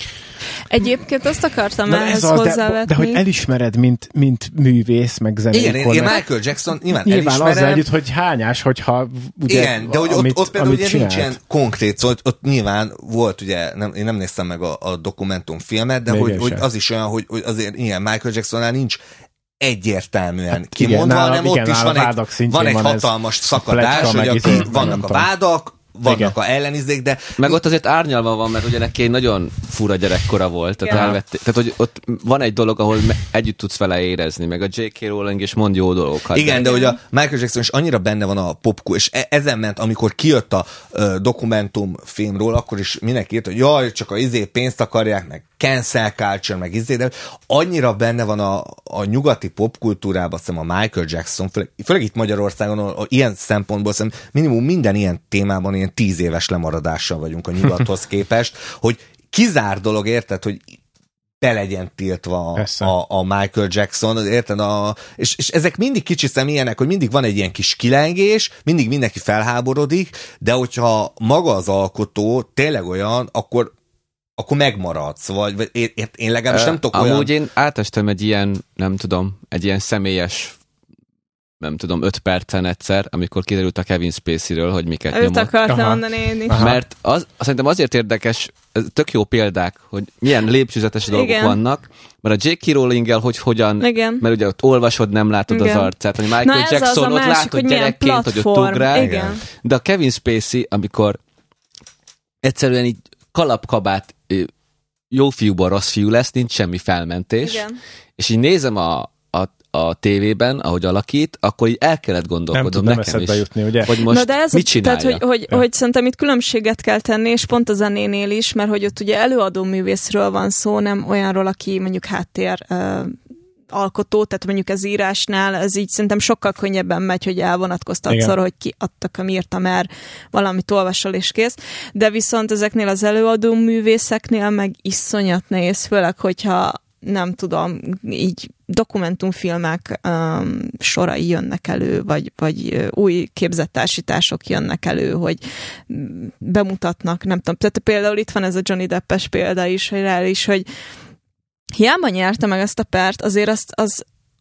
Egyébként azt akartam Na ehhez ez az, hozzávetni. De, de hogy elismered, mint, mint művész, meg zenékor. Igen, én, én Michael Jackson nyilván, nyilván elismerem. azzal együtt, hogy hányás, hogyha ugye, igen, de hogy amit, ott, ott például ugye csinált. nincs ilyen konkrét, szóval ott, ott nyilván volt, ugye, nem, én nem néztem meg a, a dokumentumfilmet, de hogy, hogy az is olyan, hogy, hogy azért ilyen Michael Jacksonnál nincs egyértelműen hát kimondva, igen, hanem igen, ott is van egy, van egy van hatalmas szakadás, hogy aki vannak a vádak, vannak igen. a ellenizék, de... Meg ott azért árnyalva van, mert ugye neki egy nagyon fura gyerekkora volt, tehát, ja. elvették, tehát hogy ott van egy dolog, ahol együtt tudsz vele érezni, meg a jé ká. Rowling is mond jó dolgokat. Igen, de, de hogy a Michael Jackson is annyira benne van a popkul, és ezen ment, amikor kijött a uh, dokumentumfilmről, akkor is mindenki írt, hogy jaj, csak a izé pénzt akarják, meg cancel culture, meg izé, de annyira benne van a, a nyugati popkultúrában, azt hiszem a Michael Jackson, főleg, főleg itt Magyarországon, a, a, ilyen szempontból szerintem minimum minden ilyen témában ilyen tíz éves lemaradással vagyunk a nyugathoz képest, hogy kizár dolog, érted, hogy be legyen tiltva a, a Michael Jackson, érted? A, és, és ezek mindig kicsit szem ilyenek, hogy mindig van egy ilyen kis kilengés, mindig mindenki felháborodik, de hogyha maga az alkotó tényleg olyan, akkor akkor megmaradsz, vagy, vagy én, én legalábbis nem tudok olyan... Amúgy én átestem egy ilyen, nem tudom, egy ilyen személyes, nem tudom, öt percen egyszer, amikor kiderült a Kevin Spacey-ről, hogy miket Őt nyomott. Őt akartam mondani én is. Aha. Mert az, szerintem azért érdekes, tök jó példák, hogy milyen lépcsőzetes dolgok igen. vannak, mert a jé ká. Rowling-gel, hogy hogyan, igen. mert ugye ott olvasod, nem látod igen. az arcát, hogy Michael Na Jackson, ott másik, látod gyerekként, hogy ott ugrál, igen. de a Kevin Spacey, amikor egyszerűen így kalapkabát jó fiúban rossz fiú lesz, nincs semmi felmentés, igen. és így nézem a, a, a tévében, ahogy alakít, akkor így el kellett gondolkodnom nem nekem is, jutni, ugye? hogy most de ez, mit csinálja. Tehát, hogy, hogy, ja. hogy szerintem itt különbséget kell tenni, és pont a zenénél is, mert hogy ott ugye előadó művészről van szó, nem olyanról, aki mondjuk háttér uh, alkotó, tehát mondjuk az írásnál ez így szerintem sokkal könnyebben megy, hogy elvonatkoztatsz arra, hogy ki adtak, ami írta, mert valamit olvasol és kész. De viszont ezeknél az előadó művészeknél meg iszonyat nehéz, főleg, hogyha nem tudom, így dokumentumfilmek um, sorai jönnek elő, vagy, vagy új képzettársítások jönnek elő, hogy bemutatnak, nem tudom. Tehát például itt van ez a Johnny Deppes példa is, hogy rá is, hogy hiába nyerte meg ezt a pert, azért azt, az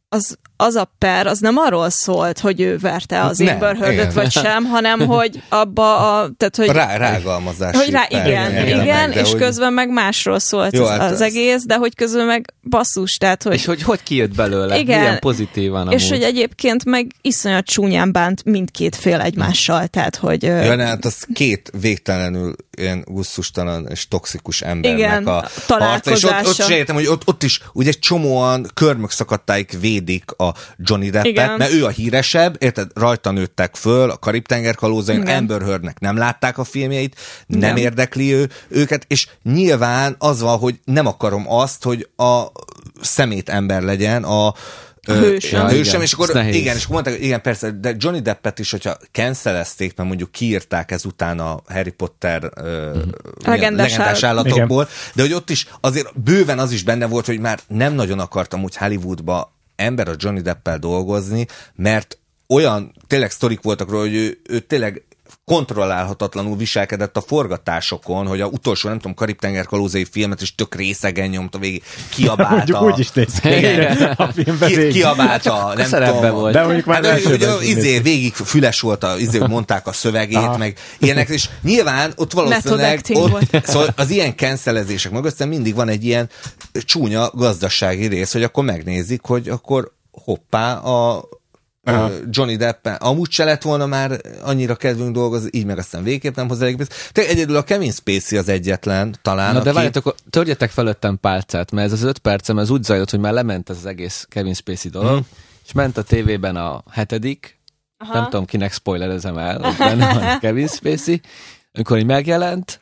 az, az a per, az nem arról szólt, hogy ő verte az Nem, Amber Heardot igen. vagy sem, hanem hogy abba a... Tehát, hogy, Rá, rágalmazási hogy rá, per, igen, igen, igen, meg, de és hogy- közben meg másról szólt Jó, az, hát az ez- egész, de hogy közben meg basszus, tehát hogy... És hogy hogy kijött belőle? Igen. Milyen pozitívan amúgy. És hogy egyébként meg iszonyat csúnyán bánt mindkét fél egymással, tehát hogy... ö, Ja, ne, hát az két végtelenül ilyen gusztustalan és toxikus embernek Igen, a találkozása. harca, és ott, ott se értem, hogy ott, ott is ugye csomóan körmökszakadtáig védik a Johnny Deppet, Igen. mert ő a híresebb, érted, rajta nőttek föl a Karib-tenger kalózain, Igen. Amber Heardnek nem látták a filmjeit, nem Nem. érdekli ő, őket, és nyilván az van, hogy nem akarom azt, hogy a szemét ember legyen a A hősöm. a Ja, hősöm, igen. és akkor Ez nehéz. igen, és akkor mondták, hogy igen, persze, de Johnny Deppet is, hogyha cancelezték, mert mondjuk kiírták ezután a Harry Potter uh, Legendás legendás állat. állatokból, de hogy ott is azért bőven az is benne volt, hogy már nem nagyon akartam úgy Hollywoodba ember a Johnny Deppel dolgozni, mert olyan tényleg sztorik voltak róla, hogy ő, ő tényleg kontrollálhatatlanul viselkedett a forgatásokon, hogy a utolsó, nem tudom, Karib-tenger kalózai filmet is tök részegen nyomta végig, kiabálta. Mondjuk úgy is néz ki Igen. a filmben Ki, végig. kiabálta, nem szerepben tudom. volt. De mondjuk már Hát, hogy, elsőben hogy, is izé, végig füles volt, a, izé, hogy mondták a szövegét, Aha. meg ilyenek, és nyilván ott Method valószínűleg acting ott, volt. szóval az ilyen cancelezések mögött aztán mindig van egy ilyen csúnya gazdasági rész, hogy akkor megnézik, hogy akkor hoppá, a Aha. Johnny Deppen amúgy se lett volna már annyira kedvünk dolgozni, így meg aztán végképp nem hozzá elég. Tehát egyedül a Kevin Spacey az egyetlen talán, Na de aki... várjatok, törjetek felőttem pálcát, mert ez az öt percem, ez úgy zajlott, hogy már lement ez az egész Kevin Spacey dolog, Mhm. és ment a tévében a hetedik, Aha. nem tudom kinek spoilerezem el, hogy benne van Kevin Spacey, amikor így megjelent,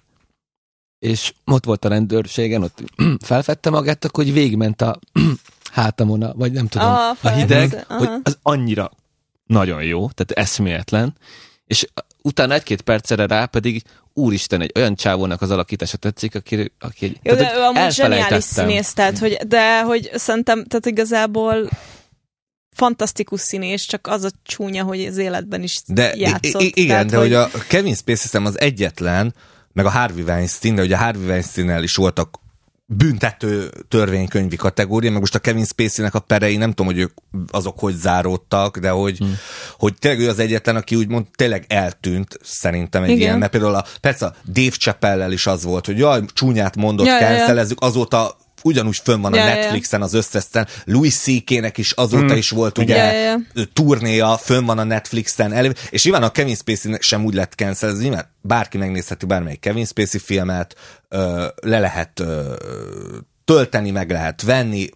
és ott volt a rendőrségen, ott felfedte magát, akkor hogy végigment a hátamon, a, vagy nem tudom, Ah, a hideg, persze, aha. hogy az annyira nagyon jó, tehát eszméletlen, és utána egy-két percre rá pedig úristen, egy olyan csávónak az alakítása tetszik, aki, aki egy, Jó, de tehát, ő hogy amúgy zseniális elfelejtettem. színész, tehát, hogy, de hogy szerintem, tehát igazából fantasztikus színész, csak az a csúnya, hogy az életben is De játszott. i- i- igen, tehát, de hogy a Kevin Spacey hiszem az egyetlen, meg a Harvey Weinstein, de ugye a Harvey Weinsteinnel is voltak büntető törvénykönyvi kategória, meg most a Kevin Spacey-nek a perei, nem tudom, hogy ők azok hogy záródtak, de hogy, hmm. hogy tényleg ő az egyetlen, aki úgymond tényleg eltűnt, szerintem egy Igen. ilyen, mert például a, persze a Dave Chappelle-lel is az volt, hogy jaj, csúnyát mondott, Ja, ja, ja. cancelezzük, azóta ugyanúgy fönn van Ja, a ja, ja. Netflixen az összes sztár. Louis C K-nek is azóta Mm. is volt ugye Ja, ja, turnéja, fönn van a Netflixen, elő, és nyilván a Kevin Spacey sem úgy lett cancel, ez nyilván bárki megnézheti bármelyik Kevin Spacey filmet, ö, le lehet ö, tölteni, meg lehet venni,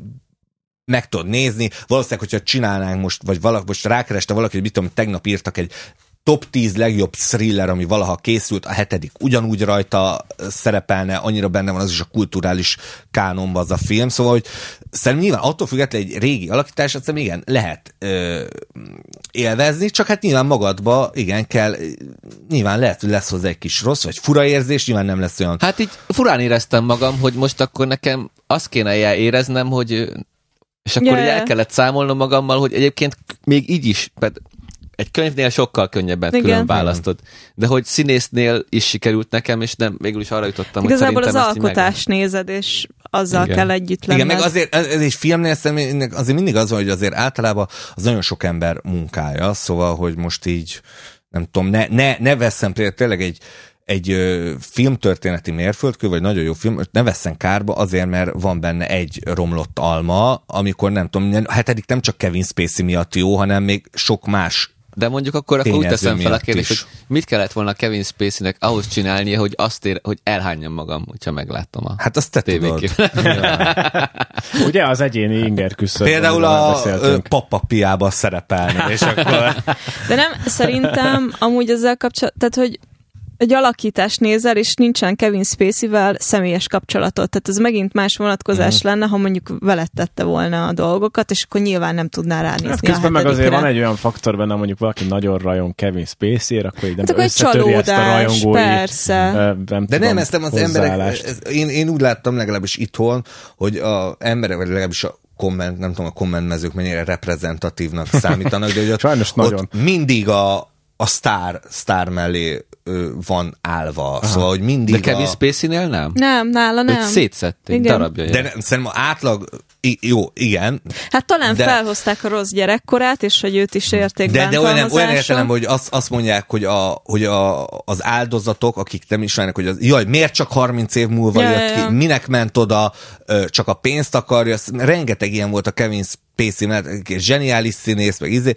meg tudod nézni. Valószínűleg, hogyha csinálnánk most, vagy valaki, most rákereste valaki, hogy mit tudom, tegnap írtak egy top tíz legjobb thriller, ami valaha készült, a hetedik ugyanúgy rajta szerepelne, annyira benne van az is a kulturális kánonban az a film, szóval, hogy szerintem nyilván attól függetlenül egy régi alakítás, azt hiszem, igen, lehet ö, élvezni, csak hát nyilván magadba, igen, kell, nyilván lehet, hogy lesz hozzá egy kis rossz, vagy fura érzés, nyilván nem lesz olyan. Hát így furán éreztem magam, hogy most akkor nekem azt kéne éreznem, hogy és akkor Ja, így ja. el kellett számolnom magammal, hogy egyébként még így is, egy könyvnél sokkal könnyebben Igen. külön választod. De hogy színésznél is sikerült nekem, és nem, végül is arra jutottam, Igazából hogy az szerintem ezt így alkotást nézed, és azzal Igen. kell együtt lenned. Igen, meg azért ez egy filmnél szerintem azért mindig az van, hogy azért általában az nagyon sok ember munkája, szóval, hogy most így, nem tudom, ne, ne, ne veszem például tényleg egy, egy ö, filmtörténeti mérföldkő, vagy nagyon jó film, ne vesszen kárba azért, mert van benne egy romlott alma, amikor nem tudom, a hetedik nem csak Kevin Spacey miatt jó, hanem még sok más. De mondjuk akkor, akkor úgy Tényező teszem fel a miatt kérdést, is. hogy mit kellett volna Kevin Spaceynek ahhoz csinálnia, hogy azt ér, hogy elhányjam magam, hogyha meglátom a Hát azt te tudod. tévéképen. Ugye az egyéni inger küszöb. Például amiről a beszéltünk. pappapiába szerepelni, és akkor... De nem, szerintem amúgy ezzel kapcsolatban, tehát hogy egy alakítást nézel, és nincsen Kevin Spacey-vel személyes kapcsolatot. Tehát ez megint más vonatkozás mm. lenne, ha mondjuk veled tette volna a dolgokat, és akkor nyilván nem tudná ránézni Hát a közben meg azért hetedikre. van egy olyan faktor benne, mondjuk valaki nagyon rajong Kevin Spacey-ért, akkor így nem Hát akkor egy összetöri ezt a csalódás, rajongói... persze. ö, Nem De tudom, nem, ezt nem az emberek, hozzáállást. ez, én, én úgy láttam legalábbis itthon, hogy a emberek, vagy legalábbis a komment, nem tudom, a kommentmezők mennyire reprezentatívnak számítanak, de hogy ott, Sajnos nagyon. ott mindig a a sztár, sztár mellé ö, van állva. Aha. Szóval, hogy mindig De Kevin a... Spacey-nél nem? Nem, nála nem. Őt szétszették, darabja. De nem, szerintem átlag, I, jó, igen. Hát talán de, felhozták a rossz gyerekkorát, és hogy őt is érték De, de olyan, olyan értelem, hogy azt, azt mondják, hogy, a, hogy a, az áldozatok, akik nem ismernek, hogy az, jaj, miért csak harminc év múlva ja, jött ja, ja. ki, minek ment oda, csak a pénzt akarja, rengeteg ilyen volt a Kevin Spacey, mert zseniális színész, meg izé,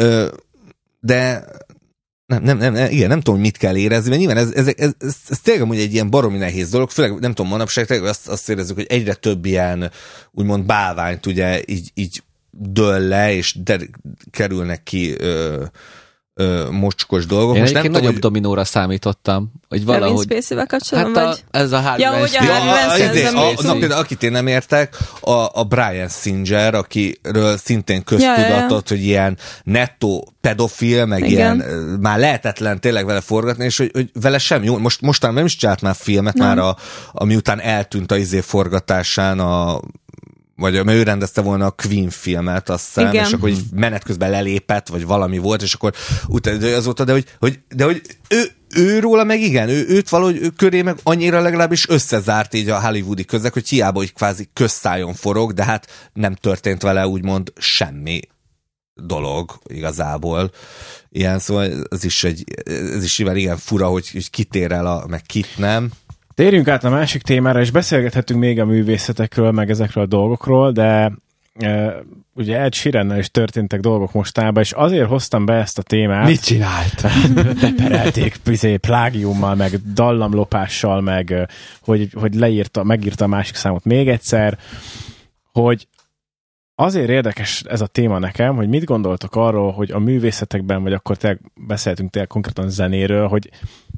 de nem, nem, nem, nem, igen, nem tudom, mit kell érezni, mert nyilván ez, ez, ez, ez, ez tényleg amúgy egy ilyen baromi nehéz dolog, főleg nem tudom, manapság tényleg azt, azt érezzük, hogy egyre több ilyen úgymond bálványt ugye így, így dől le, és de, kerülnek ki ö, ö, mocskos dolgok. Én most nem nagyobb hogy... dominóra számítottam, hogy valahogy... Kevin Spacey-vel kapcsolatban, hát a, ez a Harvey ja, hogy a Harvey Weinstein. Ja, na például, akit én nem értek, a, a Brian Singer, akiről szintén köztudatot, ja, ja, ja. hogy ilyen nettó pedofil, meg igen. ilyen már lehetetlen tényleg vele forgatni, és hogy, hogy vele sem jó. Most, mostan nem is csinált már filmet, nem. már a, a miután eltűnt a izé forgatásán a vagy mert ő rendezte volna a Queen filmet, azt hiszem, és akkor így menet közben lelépett, vagy valami volt, és akkor utána azóta, de hogy, hogy, de hogy ő, ő róla meg igen, ő, őt valahogy ő köré meg annyira legalábbis összezárt így a hollywoodi közeg, hogy hiába, hogy kvázi közszájon forog, de hát nem történt vele úgymond semmi dolog igazából. Ilyen, szóval ez is egy, ez is igen fura, hogy, hogy kitér el, a, meg kit nem. Térjünk át a másik témára, és beszélgethetünk még a művészetekről, meg ezekről a dolgokról, de e, ugye Ed Sheerannel is történtek dolgok mostában, és azért hoztam be ezt a témát. Mit csinált? Beperelték plágiummal, meg dallamlopással, meg hogy, hogy leírta, megírta a másik számot még egyszer, hogy azért érdekes ez a téma nekem, hogy mit gondoltok arról, hogy a művészetekben, vagy akkor tényleg beszéltünk tényleg konkrétan zenéről, hogy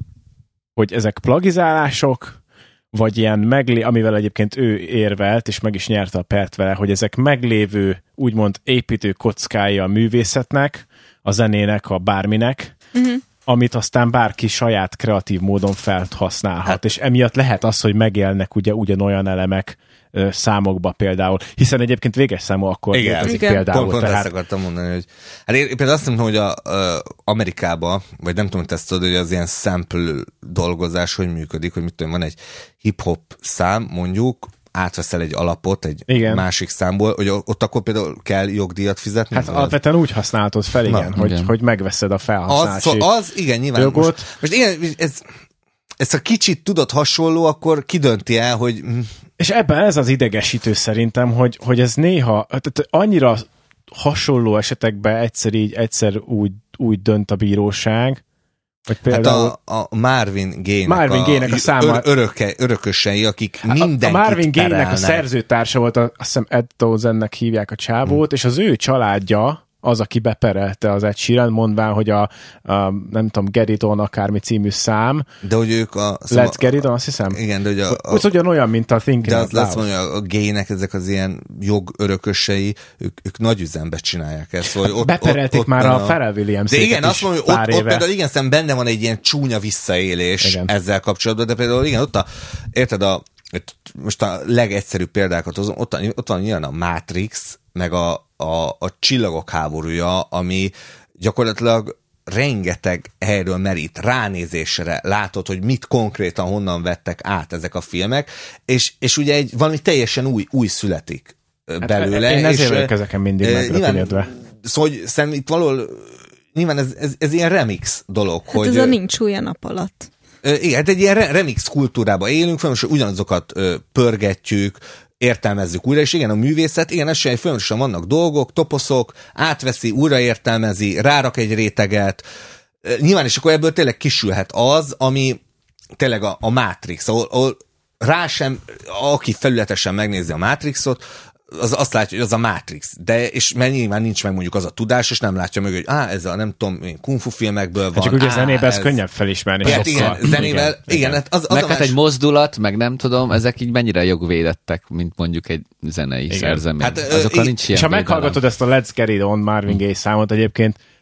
hogy ezek plagizálások, vagy ilyen meglé, amivel egyébként ő érvelt, és meg is nyerte a pert vele, hogy ezek meglévő, úgymond építő kockája a művészetnek, a zenének, a bárminek, uh-huh. amit aztán bárki saját kreatív módon felhasználhat, hát. És emiatt lehet az, hogy megélnek ugye ugyanolyan elemek ö, számokba például, hiszen egyébként véges számú akkor létezik például. Pont, pont tehát... ezt akartam mondani, hogy hát én például azt mondom, hogy a, a Amerikában, vagy nem tudom, hogy ezt tudod, hogy az ilyen sample dolgozás hogy működik, hogy mit tudom, van egy hip-hop szám, mondjuk, átveszel egy alapot egy igen. másik számból, hogy ott akkor például kell jogdíjat fizetni? Hát alapvetően úgy használhatod fel, igen, Na, hogy, igen. hogy megveszed a felhasználási az, az, igen, nyilván. jogot. Most, most igen, ez, ez a kicsit tudod hasonló, akkor ki dönti el, hogy... És ebben ez az idegesítő szerintem, hogy, hogy ez néha, tehát annyira hasonló esetekben egyszer így, egyszer úgy, úgy dönt a bíróság, hogy például... Hát a, a Marvin Gaye-nek Marvin Gaye-nek a, a száma... ör, öröke, örökösei, akik hát mindenkit A Marvin Gaye-nek perelnek. a szerzőtársa volt, a, azt hiszem Ed Townsendnek hívják a csávót, hmm. és az ő családja az, aki beperelte az Ed Sheeran, mondván, hogy a, a nem tudom, Get It On akármi című szám. De hogy ők a... Szóval Let's Get It On, azt hiszem? Igen, de hogy a... a úgy ugyanolyan, mint a Thinking De Out az lesz mondja, a Gaye-nek ezek az ilyen jogörökösei, ők, ők nagy üzembe csinálják ezt. Szóval ott, beperelték ott, ott már a, a Pharrell Williams-et de igen, azt mondja, hogy ott, ott például igen, szerintem benne van egy ilyen csúnya visszaélés igen. ezzel kapcsolatban, de például igen, ott a, érted, a, most a legegyszerűbb példákat hozom, ott, ott van ilyen a Matrix, meg a, a, a Csillagok háborúja, ami gyakorlatilag rengeteg helyről merít, ránézésre látod, hogy mit konkrétan honnan vettek át ezek a filmek, és, és ugye egy valami teljesen új, új születik belőle. Hát, én ezért és, vagyok ezeken mindig megrepülődve. Szóval, hogy szerintem itt valahol nyilván ez, ez, ez ilyen remix dolog. Hát hogy, ez a nincs új a nap alatt. Igen, hát egy ilyen remix kultúrában élünk, most ugyanazokat pörgetjük, értelmezzük újra, és igen, a művészet, igen, ez sem folyamatosan vannak dolgok, toposzok, átveszi, újraértelmezi, rárak egy réteget, nyilván, és akkor ebből tényleg kisülhet az, ami tényleg a, a Matrix, ahol, ahol rá sem, aki felületesen megnézi a Matrixot, az azt látja, hogy az a Matrix, de és mert nyilván nincs meg mondjuk az a tudás, és nem látja meg, hogy á, ez a nem tudom, kung fu filmekből van. Hát csak ugye á, zenében ez ez könnyebb felismerni. Hát igen, zenével, igen, igen, igen. Hát az, az meg a hát más... egy mozdulat, meg nem tudom, ezek így mennyire jogvédettek, mint mondjuk egy zenei igen. szerzemény. Hát, Azokkal nincs ilyen és ha meghallgatod ezt a Let's Get It On Marvin Gaye számot, egyébként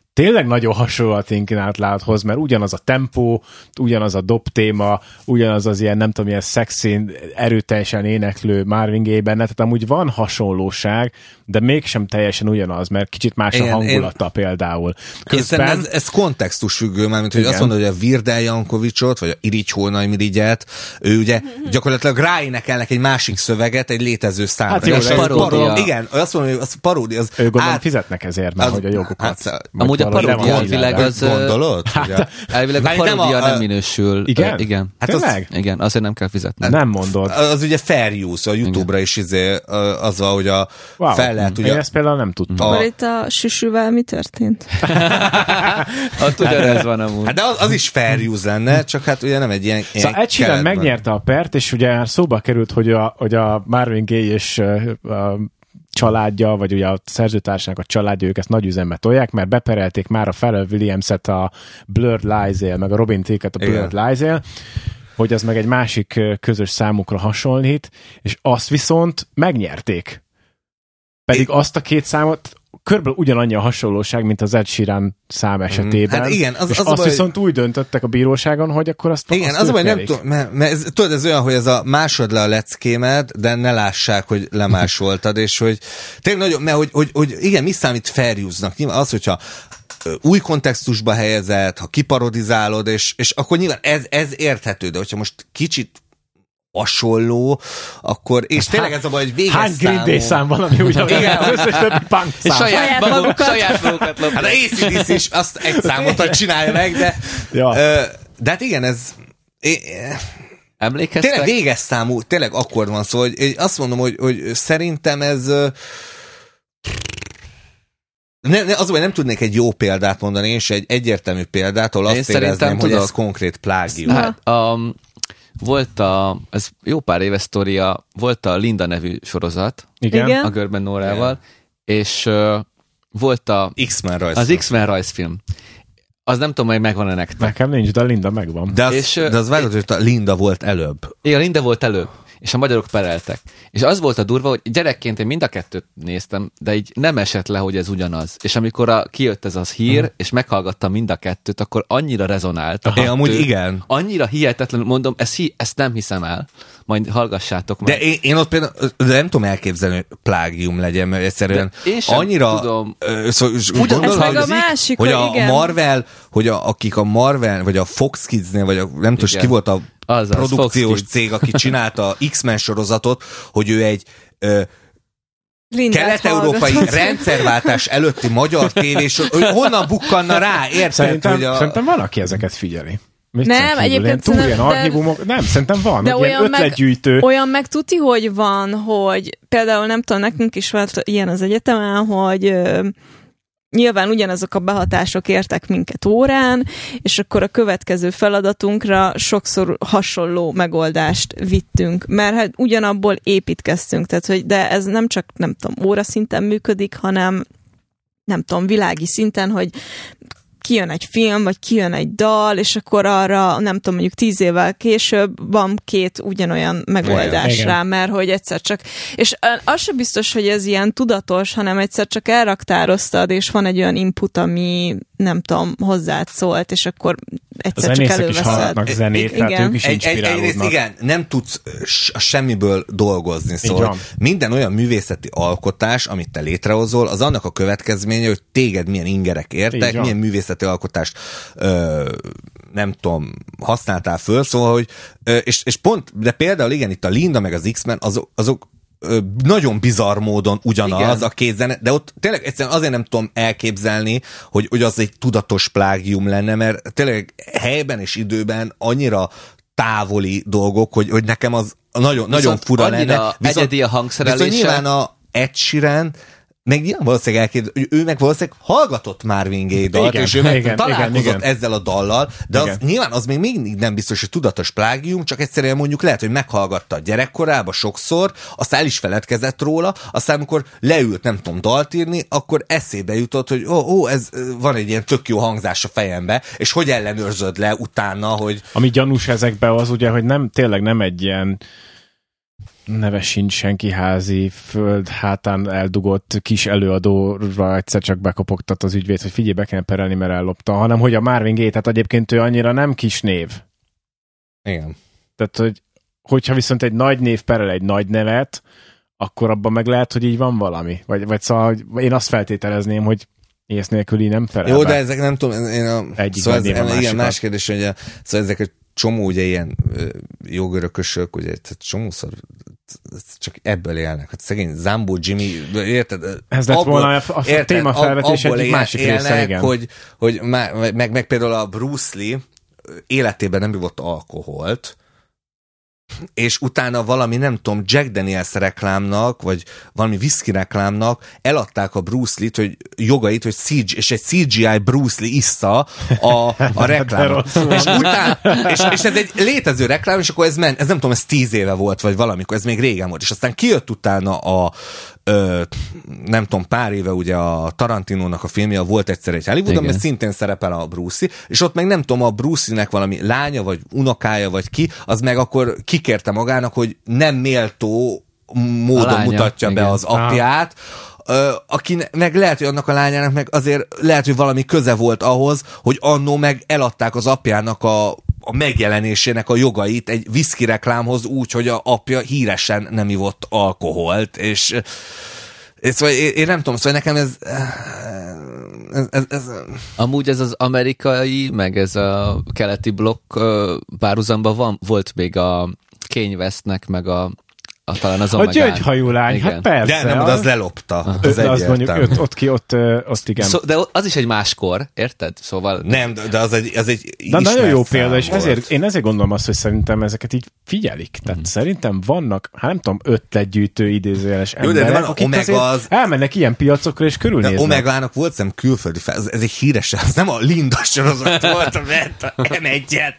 tényleg nagyon hasonló a Thinking Out Loudhoz, mert ugyanaz a tempó, ugyanaz a dob téma, ugyanaz az ilyen, nem tudom, ilyen szexin, erőteljesen éneklő Marvin Gaye benne, tehát amúgy van hasonlóság, de mégsem teljesen ugyanaz, mert kicsit más Igen, a hangulata én... például. Közben... Ez, ez kontextus függő, már mint hogy Igen. azt mondod, hogy a Virdel Jankovicsot, vagy a Irigy Holnay Mirigyet, ő ugye gyakorlatilag ráénekelnek egy másik szöveget egy létező számra. Hát jó, és ez paródia. paródia. Igen, azt mondom, hogy az paródia. Az ő gondolom át... fizetnek ezért már, az, hogy a jogokat. Hát, amúgy a paródia elvileg az... Gondolod? Hát, elvileg a paródia nem, nem minősül. Igen? Uh, igen. Hát tényleg? Az, igen, azért nem kell fizetni. Nem mondod. Az, az ugye fair use, a YouTube-ra is izé, az van, hogy a Wow. fel lehet, ugye... Én ezt például nem tudtam. A- Akkor itt a süsűvel mi történt? Ott ugyanez van amúgy. Hát de az, az is fair use lenne, csak hát ugye nem egy ilyen... ilyen Szóval Ed Sheeran keretben. megnyerte a pert, és ugye szóba került, hogy a, hogy a Marvin Gaye és uh, a családja, vagy ugye a szerzőtársának a családja, ők ezt nagy üzembe tolják, mert beperelték már a Pharrell Williams-et a Blurred Lies-él, meg a Robin Thicke-et a Blurred Lies-él, hogy az meg egy másik uh, közös számukra hasonlít, és azt viszont megnyerték. Pedig azt a két számot körülbelül ugyanannyi a hasonlóság, mint az Ed Sheeran szám esetében. Hát igen, az- és az a azt baj, viszont úgy döntöttek a bíróságon, hogy akkor azt Igen, azt az a baj, nem ők tudom, mert, mert ez, tudod, ez olyan, hogy ez a másod le a leckémet, de ne lássák, hogy lemásoltad, és hogy tényleg nagyon, mert hogy, hogy, hogy igen, mi számít fair use-nak? Nyilván az, hogyha ö, új kontextusba helyezed, ha kiparodizálod, és, és akkor nyilván ez, ez érthető, de hogyha most kicsit hasonló, akkor, és Hát tényleg ez a baj, hogy véges hány Green Day szám van, ami ugyanaz, Igen. az összes többi punk És szám. saját, maguk, magukat. saját magukat Hát lopják. a á cé dé cé is azt egy számot csinálja meg, de, Ja. ö, de hát igen, ez é- Emlékeztek? tényleg véges számú, tényleg akkor van szó, hogy én azt mondom, hogy, hogy szerintem ez ö, ne, ne, az, hogy nem tudnék egy jó példát mondani, és egy egyértelmű példát, ahol Én azt szerintem érezném, hogy tudok. ez konkrét plágium. Hát, um, volt a, ez jó pár éves sztoria, volt a Linda nevű sorozat, Igen. Igen. a Görben Nórával, és uh, volt a, X-Men rajz. az X-Men rajzfilm. Az nem tudom, hogy megvan-e nektek. Nekem nincs, de a Linda megvan. De az, és, ö, de az vágod, hogy a Linda volt előbb. Igen, Linda volt előbb, és a magyarok pereltek. És az volt a durva, hogy gyerekként én mind a kettőt néztem, de így nem esett le, hogy ez ugyanaz. És amikor a, kijött ez az hír, uh-huh. és meghallgattam mind a kettőt, akkor annyira rezonált a Én kettő. amúgy igen. Annyira hihetetlen, mondom, ezt, hi, ezt nem hiszem el. Majd hallgassátok meg. De én, én ott például de nem tudom elképzelni, hogy plágium legyen, mert egyszerűen De én sem annyira... tudom. Ö, szó, Ez gondolom, meg a hogy, másik, hogy hogy a igen. Marvel, hogy a, akik a Marvel, vagy a Fox Kidsnél, vagy a, nem tudom, Igen. ki volt a Azaz, produkciós Fox Kids. cég, aki csinálta a X-Men sorozatot, hogy ő egy ö, Lindát kelet-európai hallgatott. rendszerváltás előtti magyar tévés, hogy honnan bukkanna rá, érted? Szerintem, hogy a... szerintem van, aki ezeket figyeli. Viccen Nem, kívül. egyébként Ilyen túl ilyen szerintem- de- archívumok, nem, szerintem van, De hogy ilyen olyan meg- ötletgyűjtő. Olyan meg tuti, hogy van, hogy például nem tudom, nekünk is volt ilyen az egyetemen, hogy ö, nyilván ugyanazok a behatások értek minket órán, és akkor a következő feladatunkra sokszor hasonló megoldást vittünk, mert hát ugyanabból építkeztünk, tehát hogy de ez nem csak, nem tudom, óra szinten működik, hanem nem tudom, világi szinten, hogy kijön egy film, vagy kijön egy dal, és akkor arra, nem tudom, mondjuk tíz évvel később van két ugyanolyan megoldás Igen. rá, mert hogy egyszer csak, és az sem biztos, hogy ez ilyen tudatos, hanem egyszer csak elraktároztad, és van egy olyan input, ami nem tudom, hozzád szólt, és akkor A egyszer csak zenészek is előveszed. hallgatnak zenét, tehát Igen. ők is Egy, egy, egyrészt inspirálódnak. igen, nem tudsz s- a semmiből dolgozni, szóval van. minden olyan művészeti alkotás, amit te létrehozol, az annak a következménye, hogy téged milyen ingerek Így értek, van. milyen művészeti alkotást ö, nem tudom, használtál föl, szóval, hogy ö, és, és pont, de például igen, itt a Linda meg az X-Men, azok, azok ö, nagyon bizarr módon ugyanaz Igen. a két zene, de ott tényleg egyszerűen azért nem tudom elképzelni, hogy, hogy az egy tudatos plágium lenne, mert tényleg helyben és időben annyira távoli dolgok, hogy, hogy nekem az nagyon, nagyon fura annyira lenne. egyedi a hangszerelése. Viszont nyilván a Ed Sheeran meg nyilván valószínűleg elképzel, hogy ő meg valószínűleg hallgatott Marvin Gaye dalt, Igen, és ő meg igen, találkozott igen, igen. ezzel a dallal, de az, Igen. nyilván az még mindig nem biztos, hogy tudatos plágium, csak egyszerűen mondjuk lehet, hogy meghallgatta a gyerekkorában sokszor, aztán el is feledkezett róla, aztán amikor leült, nem tudom, dalt írni, akkor eszébe jutott, hogy ó, ó, ez van egy ilyen tök jó hangzás a fejembe, és hogy ellenőrzöd le utána, hogy Ami gyanús ezekben az ugye, hogy nem, tényleg nem egy ilyen neve sincs senki házi, föld hátán eldugott kis előadóra egyszer csak bekopogtat az ügyvéd, hogy figyelj, be kell perelni, mert ellopta, hanem hogy a Marvin Gaye, tehát egyébként ő annyira nem kis név. Igen. Tehát, hogy, hogyha viszont egy nagy név perel egy nagy nevet, akkor abban meg lehet, hogy így van valami. Vagy, vagy szóval én azt feltételezném, hogy ész nélkül így nem perel. Jó, be. de ezek nem tudom, én a, Egyik szóval ez, igen, igen, más kérdés, hogy a, szóval ezek a csomó ugye ilyen jogörökösök, ugye csomószor csak ebből élnek. Hát szegény Zambó Jimmy, érted? Ez lett abból, volna a, a érted, téma felvetés egy él, másik élnek, része, igen. Hogy, hogy meg, meg, meg például a Bruce Lee életében nem ivott alkoholt, és utána valami, nem tudom, Jack Daniels reklámnak, vagy valami whisky reklámnak eladták a Bruce Lee-t, hogy jogait, hogy C G, és egy cé gé i Bruce Lee issza a, a reklám. és, után, és, és ez egy létező reklám, és akkor ez ment, ez nem tudom, ez tíz éve volt, vagy valamikor, ez még régen volt, és aztán kijött utána a Ö, nem tudom, pár éve ugye a Tarantinónak a filmje, Volt egyszer egy Hollywoodon, mert szintén szerepel a Bruce Lee, és ott meg nem tudom, a Bruce Lee-nek valami lánya, vagy unokája, vagy ki, az meg akkor kikérte magának, hogy nem méltó módon lánya, mutatja igen. be az apját, Ö, aki meg lehet, hogy annak a lányának meg azért lehet, hogy valami köze volt ahhoz, hogy annó meg eladták az apjának a a megjelenésének a jogait egy whisky reklámhoz úgy, hogy a apja híresen nem ivott alkoholt, és, és szóval én, én nem tudom, szóval nekem ez, ez, ez, ez... Amúgy ez az amerikai, meg ez a keleti blokk párhuzamban van, volt még a Kanye Westnek, meg a A, talán az a gyöngyhajú lány, igen. Hát persze. De nem, az, az lelopta. Az de azt mondjuk, ott, ott ki, ott, ott igen. Szó, de az is egy máskor, érted? Szóval... Nem, de az egy, az egy de nagyon jó példa, és ezért, én ezért gondolom azt, hogy szerintem ezeket így figyelik. Tehát mm. szerintem vannak, hát nem tudom, ötletgyűjtő idézőjeles emberek, jó, de akik Omega az... elmennek ilyen piacokra, és körülnéznek. Omegának volt szem külföldi fel, ez egy híres, ez nem a Linda sorozat volt, mert a em egyet.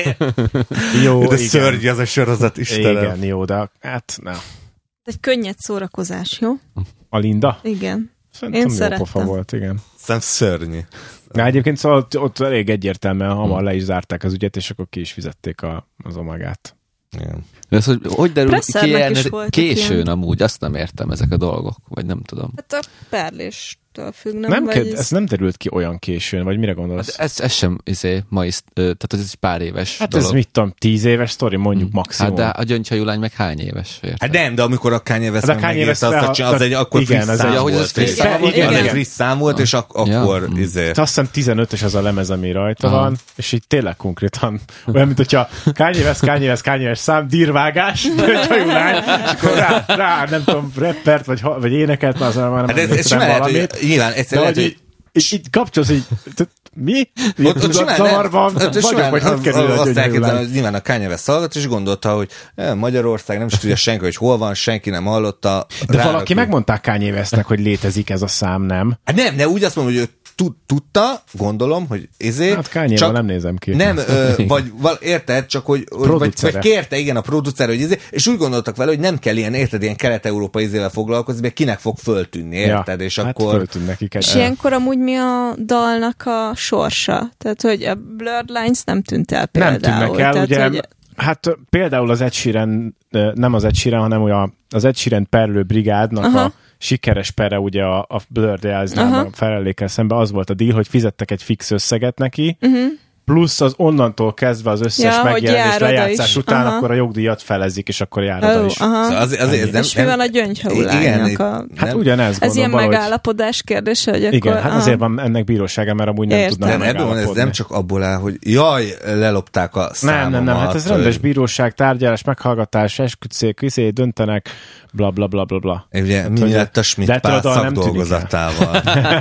Jó, de szörnyű az a sorozat, Istenem. Igen, jó, de hát nem. Egy könnyed szórakozás, jó? A Linda? Igen. Szerintem én jó szerettem. pofa volt, igen. Szerintem szörnyű. Na, egyébként szóval ott, ott elég egyértelműen hamar le is zárták az ügyet, és akkor ki is fizették a, az Omegát. Igen. Ez, hogy, hogy derül ki ilyen későn ilyen. Amúgy? Azt nem értem, ezek a dolgok, vagy nem tudom. Hát a perléstől függ, nem? nem vagy ked, ez nem derült ki olyan későn, vagy mire gondolsz? Hát ez, ez sem, izé, ma is, tehát ez egy pár éves hát dolog. Ez mit tudom, tíz éves sztori, mondjuk hmm. maximum. Hát de a gyöngyhajú lány meg hány éves? Érted? Hát nem, de amikor a Kanye West hát megírta, az, az, az egy akkor igen, friss szám volt. Az friss szám volt? Igen, egy friss szám volt, és ak- akkor ja. izé. Azt hiszem tizenötös az a lemez, ami rajta Aha. van, és így tényleg konkrétan olyan, mint hogyha Kanye West, Kanye West, Kanye West szám, dirvágás, gyöngyhajú lány, és akkor rá, rá, nem tudom, rappert, vagy, vagy énekelt, az már nem emlékszem valamit. Nyilván, egyszer lehet, hogy és így kapcsolsz, így, mi? Ott, ott simán, zavarban nem, vagyok, simán, hogy hogy kerül a gyöngyhajú lány. Nyilván a Kanye West hallgat, és gondolta, hogy eh, Magyarország nem is tudja senki, hogy hol van, senki nem hallotta. De valaki megmondták Kanye Westnek, hogy létezik ez a szám, nem? Hát nem, de úgy azt mondom, hogy ő tudta, gondolom, hogy ezért. Hát Kanye-val nem nézem ki. Nem, ö, vagy val, érted, csak hogy vagy, vagy kérte, igen, a producer, hogy ezért, és úgy gondoltak vele, hogy nem kell ilyen, érted, ilyen kelet-európai izével foglalkozni, mert kinek fog föltűnni, érted, ja, és hát akkor... föltűn nekik egy... És ilyenkor amúgy mi a dalnak a sorsa? Tehát, hogy a Blurred Lines nem tűnt el például. Nem tűnnek el, tehát, ugye, hogy... hát például az Ed Sheeran, nem az Ed Sheeran, hanem olyan, az Ed Sheeran Perlő Brigádnak Aha. a sikeres pere ugye a, a Blurred Eyes-nál a felellékkel szemben az volt a deal, hogy fizettek egy fix összeget neki, uh-huh. plusz az onnantól kezdve az összes ja, megjelenés lejátszás után, aha. akkor a jogdíjat felezik, és akkor jár oda oh, is. Szóval az, az, ez nem, és mi van a gyöngyhajú lánynak? A... Hát ugyanez ez ilyen valahogy... megállapodás kérdése, hogy igen, akkor... hát aha. azért van ennek bírósága, mert amúgy nem Értem. tudnak nem, megállapodni. Ez nem csak abból áll, hogy jaj, lelopták a számomat. Nem, nem, nem, hát ez rendes bíróság, tárgyalás, meghallgatás, esküdtszék, izé, döntenek, bla bla bla bla bla. Ugye, mi lett a Schmidt Pál szakdolgozatával?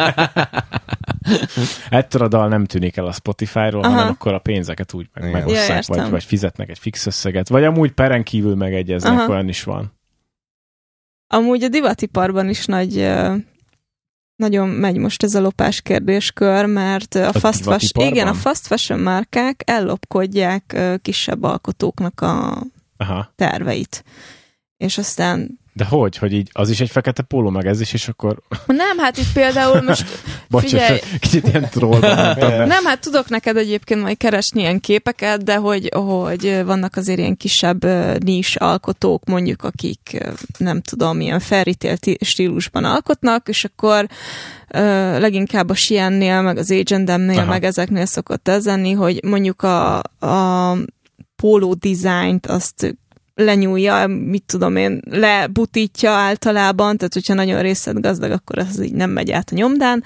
Ettől a dal nem tűnik el a Spotify-ról, Aha. hanem akkor a pénzeket úgy meg, megosszák, ja, vagy, vagy fizetnek egy fix összeget, vagy amúgy peren kívül megegyeznek, Aha. olyan is van. Amúgy a divatiparban is nagy, nagyon megy most ez a lopás kérdéskör, mert a, a fast fashion, igen, a fast fashion márkák ellopkodják kisebb alkotóknak a Aha. terveit. És aztán De hogy? Hogy így az is egy fekete póló, meg ez is, és akkor... Nem, hát itt például most Bocsás, kicsit ilyen trollban mondtam. Nem, hát tudok neked egyébként majd keresni ilyen képeket, de hogy, hogy vannak azért ilyen kisebb nis alkotók, mondjuk, akik nem tudom, ilyen fairy tale stílusban alkotnak, és akkor leginkább a Shein-nél, meg az H and M-nél, Aha. meg ezeknél szokott ez lenni, hogy mondjuk a, a póló dizájnt azt lenyúlja, mit tudom én, lebutítja általában, tehát hogyha nagyon részletgazdag, akkor az így nem megy át a nyomdán,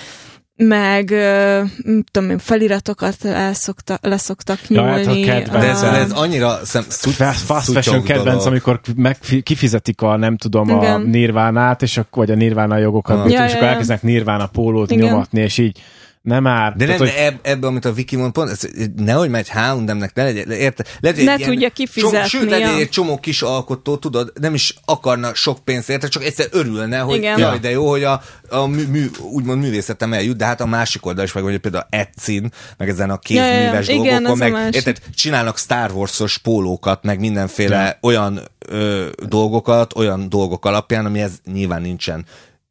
meg mit tudom én, feliratokat elszokta, leszoktak nyúlni. Ja, hát de ez, ez annyira szem, szuc, fast fashion kedvenc, amikor meg, kifizetik a, nem tudom, Igen. a Nirvánát, és akkor, vagy a Nirvána jogokat, ja, és ja, akkor elkezdenek Nirvána pólót Igen. nyomatni, és így nem már. De nem, tehát, hogy... ebben, amit a Viki mond, pont, ez, nehogy megy há és em-nek, ne legyen, érte, lehet, ne tudja kifizetni. Csomó, sőt, lehet, egy csomó kis alkotó, tudod, nem is akarna sok pénzt érte, csak egyszer örülne, hogy Igen. jaj, de jó, hogy a, a mű, mű, úgymond művészetem eljut, de hát a másik oldal is meg, hogy például Etsy-n, meg ezen a kézműves ja, ja, dolgokon, meg érted, csinálnak Star Wars-os pólókat, meg mindenféle ja. olyan ö, dolgokat, olyan dolgok alapján, amihez nyilván nincsen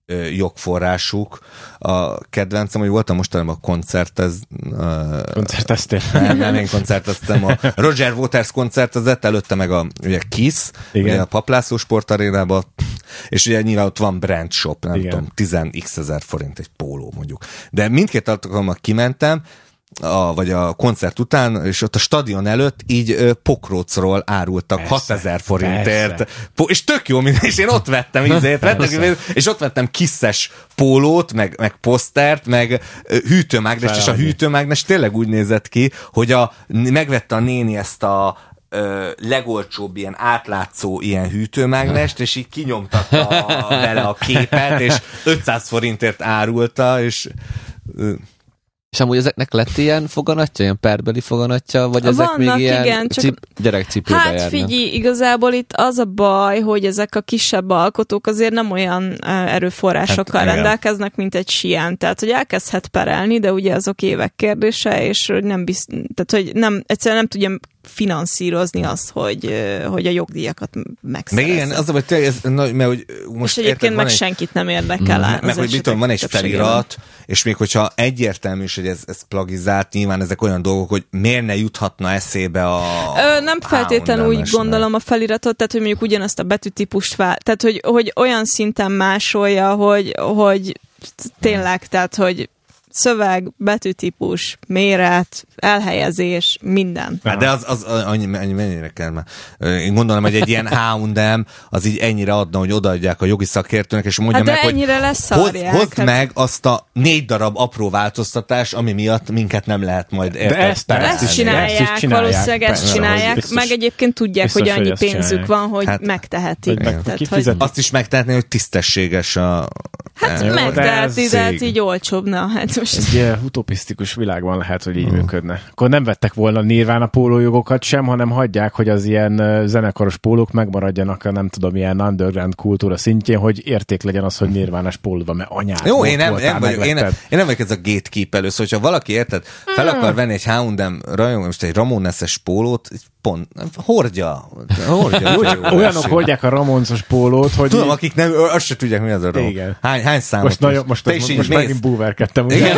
jogforrásuk. A kedvencem, hogy voltam mostanában a koncertez... Koncerteztél? Nem, nem, én koncerteztem. A Roger Waters koncertezett, előtte meg a ugye Kiss, ugye a Paplászló sportarénában, és ugye nyilván ott van brand shop, nem Igen. tudom, tíz x ezer forint egy póló mondjuk. De mindkét alkalommal kimentem, a, vagy a koncert után, és ott a stadion előtt így ö, pokrócról árultak persze, hatezer forintért. Po- és tök jó, és én ott vettem ízét, vettem, és ott vettem kisszes pólót, meg, meg posztert, meg ö, hűtőmágnes, és a hűtőmágnes tényleg úgy nézett ki, hogy a, megvette a néni ezt a ö, legolcsóbb ilyen átlátszó ilyen hűtőmágnest, és így kinyomtatta vele a képet, és ötszáz forintért árulta, és... Ö, És amúgy ezeknek lett ilyen foganatja, ilyen perbeli foganatja, vagy ezek Vannak, még ilyen igen, csak... cip- gyerekcipőbe Hát járnak? figyelj, igazából itt az a baj, hogy ezek a kisebb alkotók azért nem olyan erőforrásokkal hát, rendelkeznek, mint egy Shein. Tehát, hogy elkezdhet perelni, de ugye azok évek kérdése, és hogy nem bizt... tehát, hogy nem, egyszerűen nem tudja finanszírozni azt, hogy, hogy a jogdíjakat megszerezze. Meg igen, az a vagy tényleg, ez, na, mert hogy most és egyébként meg egy... senkit nem érdekel át. Meg hogy tudom, van egy felirat, és még hogyha egyértelmű is, hogy ez, ez plagizált, nyilván ezek olyan dolgok, hogy miért ne juthatna eszébe a... Ö, nem feltétlenül úgy gondolom a feliratot, tehát hogy mondjuk ugyanazt a betűtípust vál, tehát hogy, hogy olyan szinten másolja, hogy, hogy tényleg, tehát hogy szöveg, betűtípus, méret, elhelyezés, minden. Hát de az, az annyi, annyi mennyire kell már. Én gondolom, hogy egy ilyen há és em az így ennyire adna, hogy odaadják a jogi szakértőnek, és mondja hát meg, hogy hozd, hozd hát... meg azt a négy darab apró változtatás, ami miatt minket nem lehet majd érted. De ezt, ezt, ezt csinálják, ezt csinálják, valószínűleg ezt persze, csinálják, biztos, meg egyébként tudják, biztos, hogy annyi pénzük csinálják. Van, hogy hát, megtehetik. Hogy meg, hogy... Azt is megtehetné, hogy tisztességes a... Hát jó, megteheti, de hát így olcsóbbna. Hát most... Egy uh, utopisztikus világban lehet, hogy így uh. működne. Akkor nem vettek volna Nirvana pólójogokat sem, hanem hagyják, hogy az ilyen uh, zenekaros pólók megmaradjanak a nem tudom, ilyen underground kultúra szintjén, hogy érték legyen az, hogy Nirvánás pólód van, mert anyád jó, én nem, nem vagyok, én, nem, én nem vagyok ez a gatekeeper, szóval, hogyha valaki érted, fel akar venni egy há és em rajongó, most egy Ramones-es pólót, pont, hordja. hordja jó, csak olyanok hordják a Ramonsos pólót, hogy... Tudom, így... akik nem, azt se tudják, mi az a Ram. Hány, hány számot? Most, nagyon, most, most, most, most megint búverkedtem. Igen.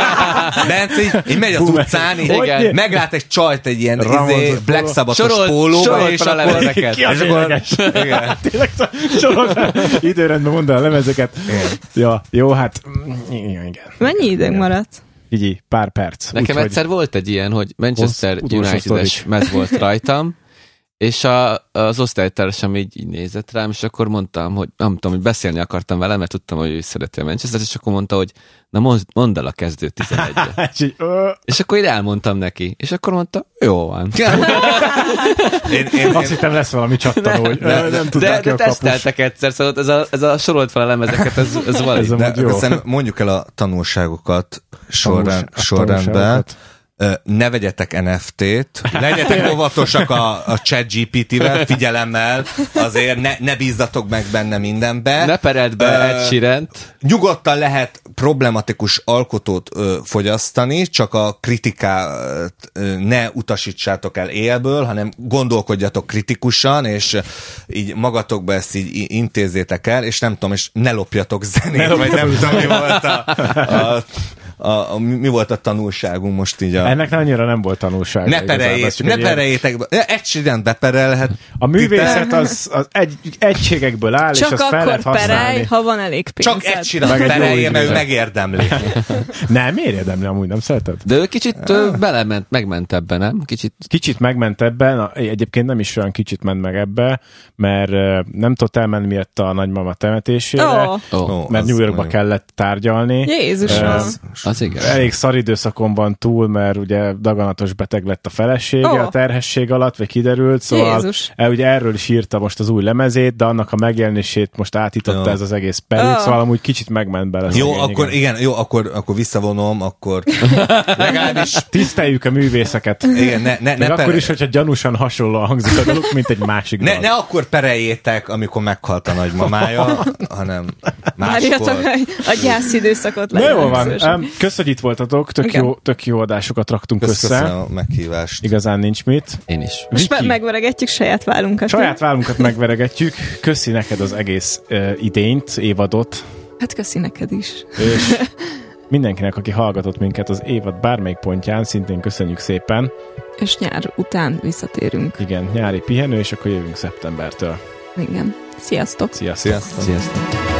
Bence így, így megy az Boomer. Utcán, így meglát egy csajt egy ilyen izé, Black Sabbath-os pólóba, és a lemezeket. És akkor... Tényleg sorolt időrendben mondd el a lemezeket. Ja, jó, hát... Igen. Mennyi ideg maradt? Így, pár perc. Nekem úgy, egyszer hogy... volt egy ilyen, hogy Manchester United-es mez volt rajtam, és a, az osztálytársam így, így nézett rám, és akkor mondtam, hogy nem tudom, hogy beszélni akartam vele, mert tudtam, hogy ő szereti a Manchester, és akkor mondta, hogy na mondd el a kezdő tizenegyre. És akkor én elmondtam neki, és akkor mondta, jó van. én, én, Azt én... hittem lesz valami csattanó, hogy de, nem tudták ki a kapus. De teszteltek egyszer, szóval ez a, ez a sorolt fel a lemezeket, ez, ez valami. De, mondjuk el a tanulságokat sorrend, sorrendben. ne vegyetek en ef té-t, legyetek óvatosak a, a ChatGPT-vel, figyelemmel, azért ne, ne bízzatok meg benne mindenbe. Ne pereld be uh, Ed Sheerant. Nyugodtan lehet problematikus alkotót ö, fogyasztani, csak a kritikát ö, ne utasítsátok el élből, hanem gondolkodjatok kritikusan, és így magatokba ezt így intézzétek el, és nem tudom, és ne lopjatok zenét, ne vagy nem tudom, mi volt a, a A, a, mi volt a tanulságunk most így a... Ennek annyira nem volt tanulság. Ne pereljétek, ne pereljétek, egy Sheerant beperelhet. A művészet az, az egy, egységekből áll, csak és azt fel lehet használni. Csak akkor perelj, ha van elég pénzed. Csak egy Sheerant perelje, mert ő megérdemli. Nem, miért érdemli, amúgy nem szereted? De ő kicsit uh, belement, megment ebbe, nem? Kicsit... Kicsit megment ebben, egyébként nem is olyan kicsit ment meg ebbe, mert nem tudott elmenni miatt a nagymama temetésére, oh. Oh, mert New Yorkba kellett tárgyalni. Jézusom! Az igen. Elég szar időszakon van túl, mert ugye daganatos beteg lett a felesége oh. a terhesség alatt, vagy kiderült, szóval el, ugye erről is írta most az új lemezét, de annak a megjelenését most átította oh. ez az egész perük, oh. szóval amúgy kicsit megment bele. Jó, szegény, akkor igen, igen jó, akkor, akkor visszavonom, akkor legalábbis tiszteljük a művészeket. Igen, ne, ne, ne akkor per... is, hogyha gyanúsan hasonlóan hangzik a dolog, mint egy másik ne, ne akkor pereljétek, amikor meghalt a nagymamája, hanem máskor. A gyász időszakot le. Jó van. Köszönjük, hogy itt voltatok, tök jó, tök jó adásokat raktunk Kösz, össze. Köszönöm a meghívást. Igazán nincs mit. Én is. Most Viki. megveregetjük saját vállunkat. Saját vállunkat megveregetjük. Köszi neked az egész uh, idényt, évadot. Hát köszi neked is. És mindenkinek, aki hallgatott minket az évad bármelyik pontján, szintén köszönjük szépen. És nyár után visszatérünk. Igen, nyári pihenő, és akkor jövünk szeptembertől. Igen. Sziasztok! Sziasztok! Sziasztok! Sziasztok.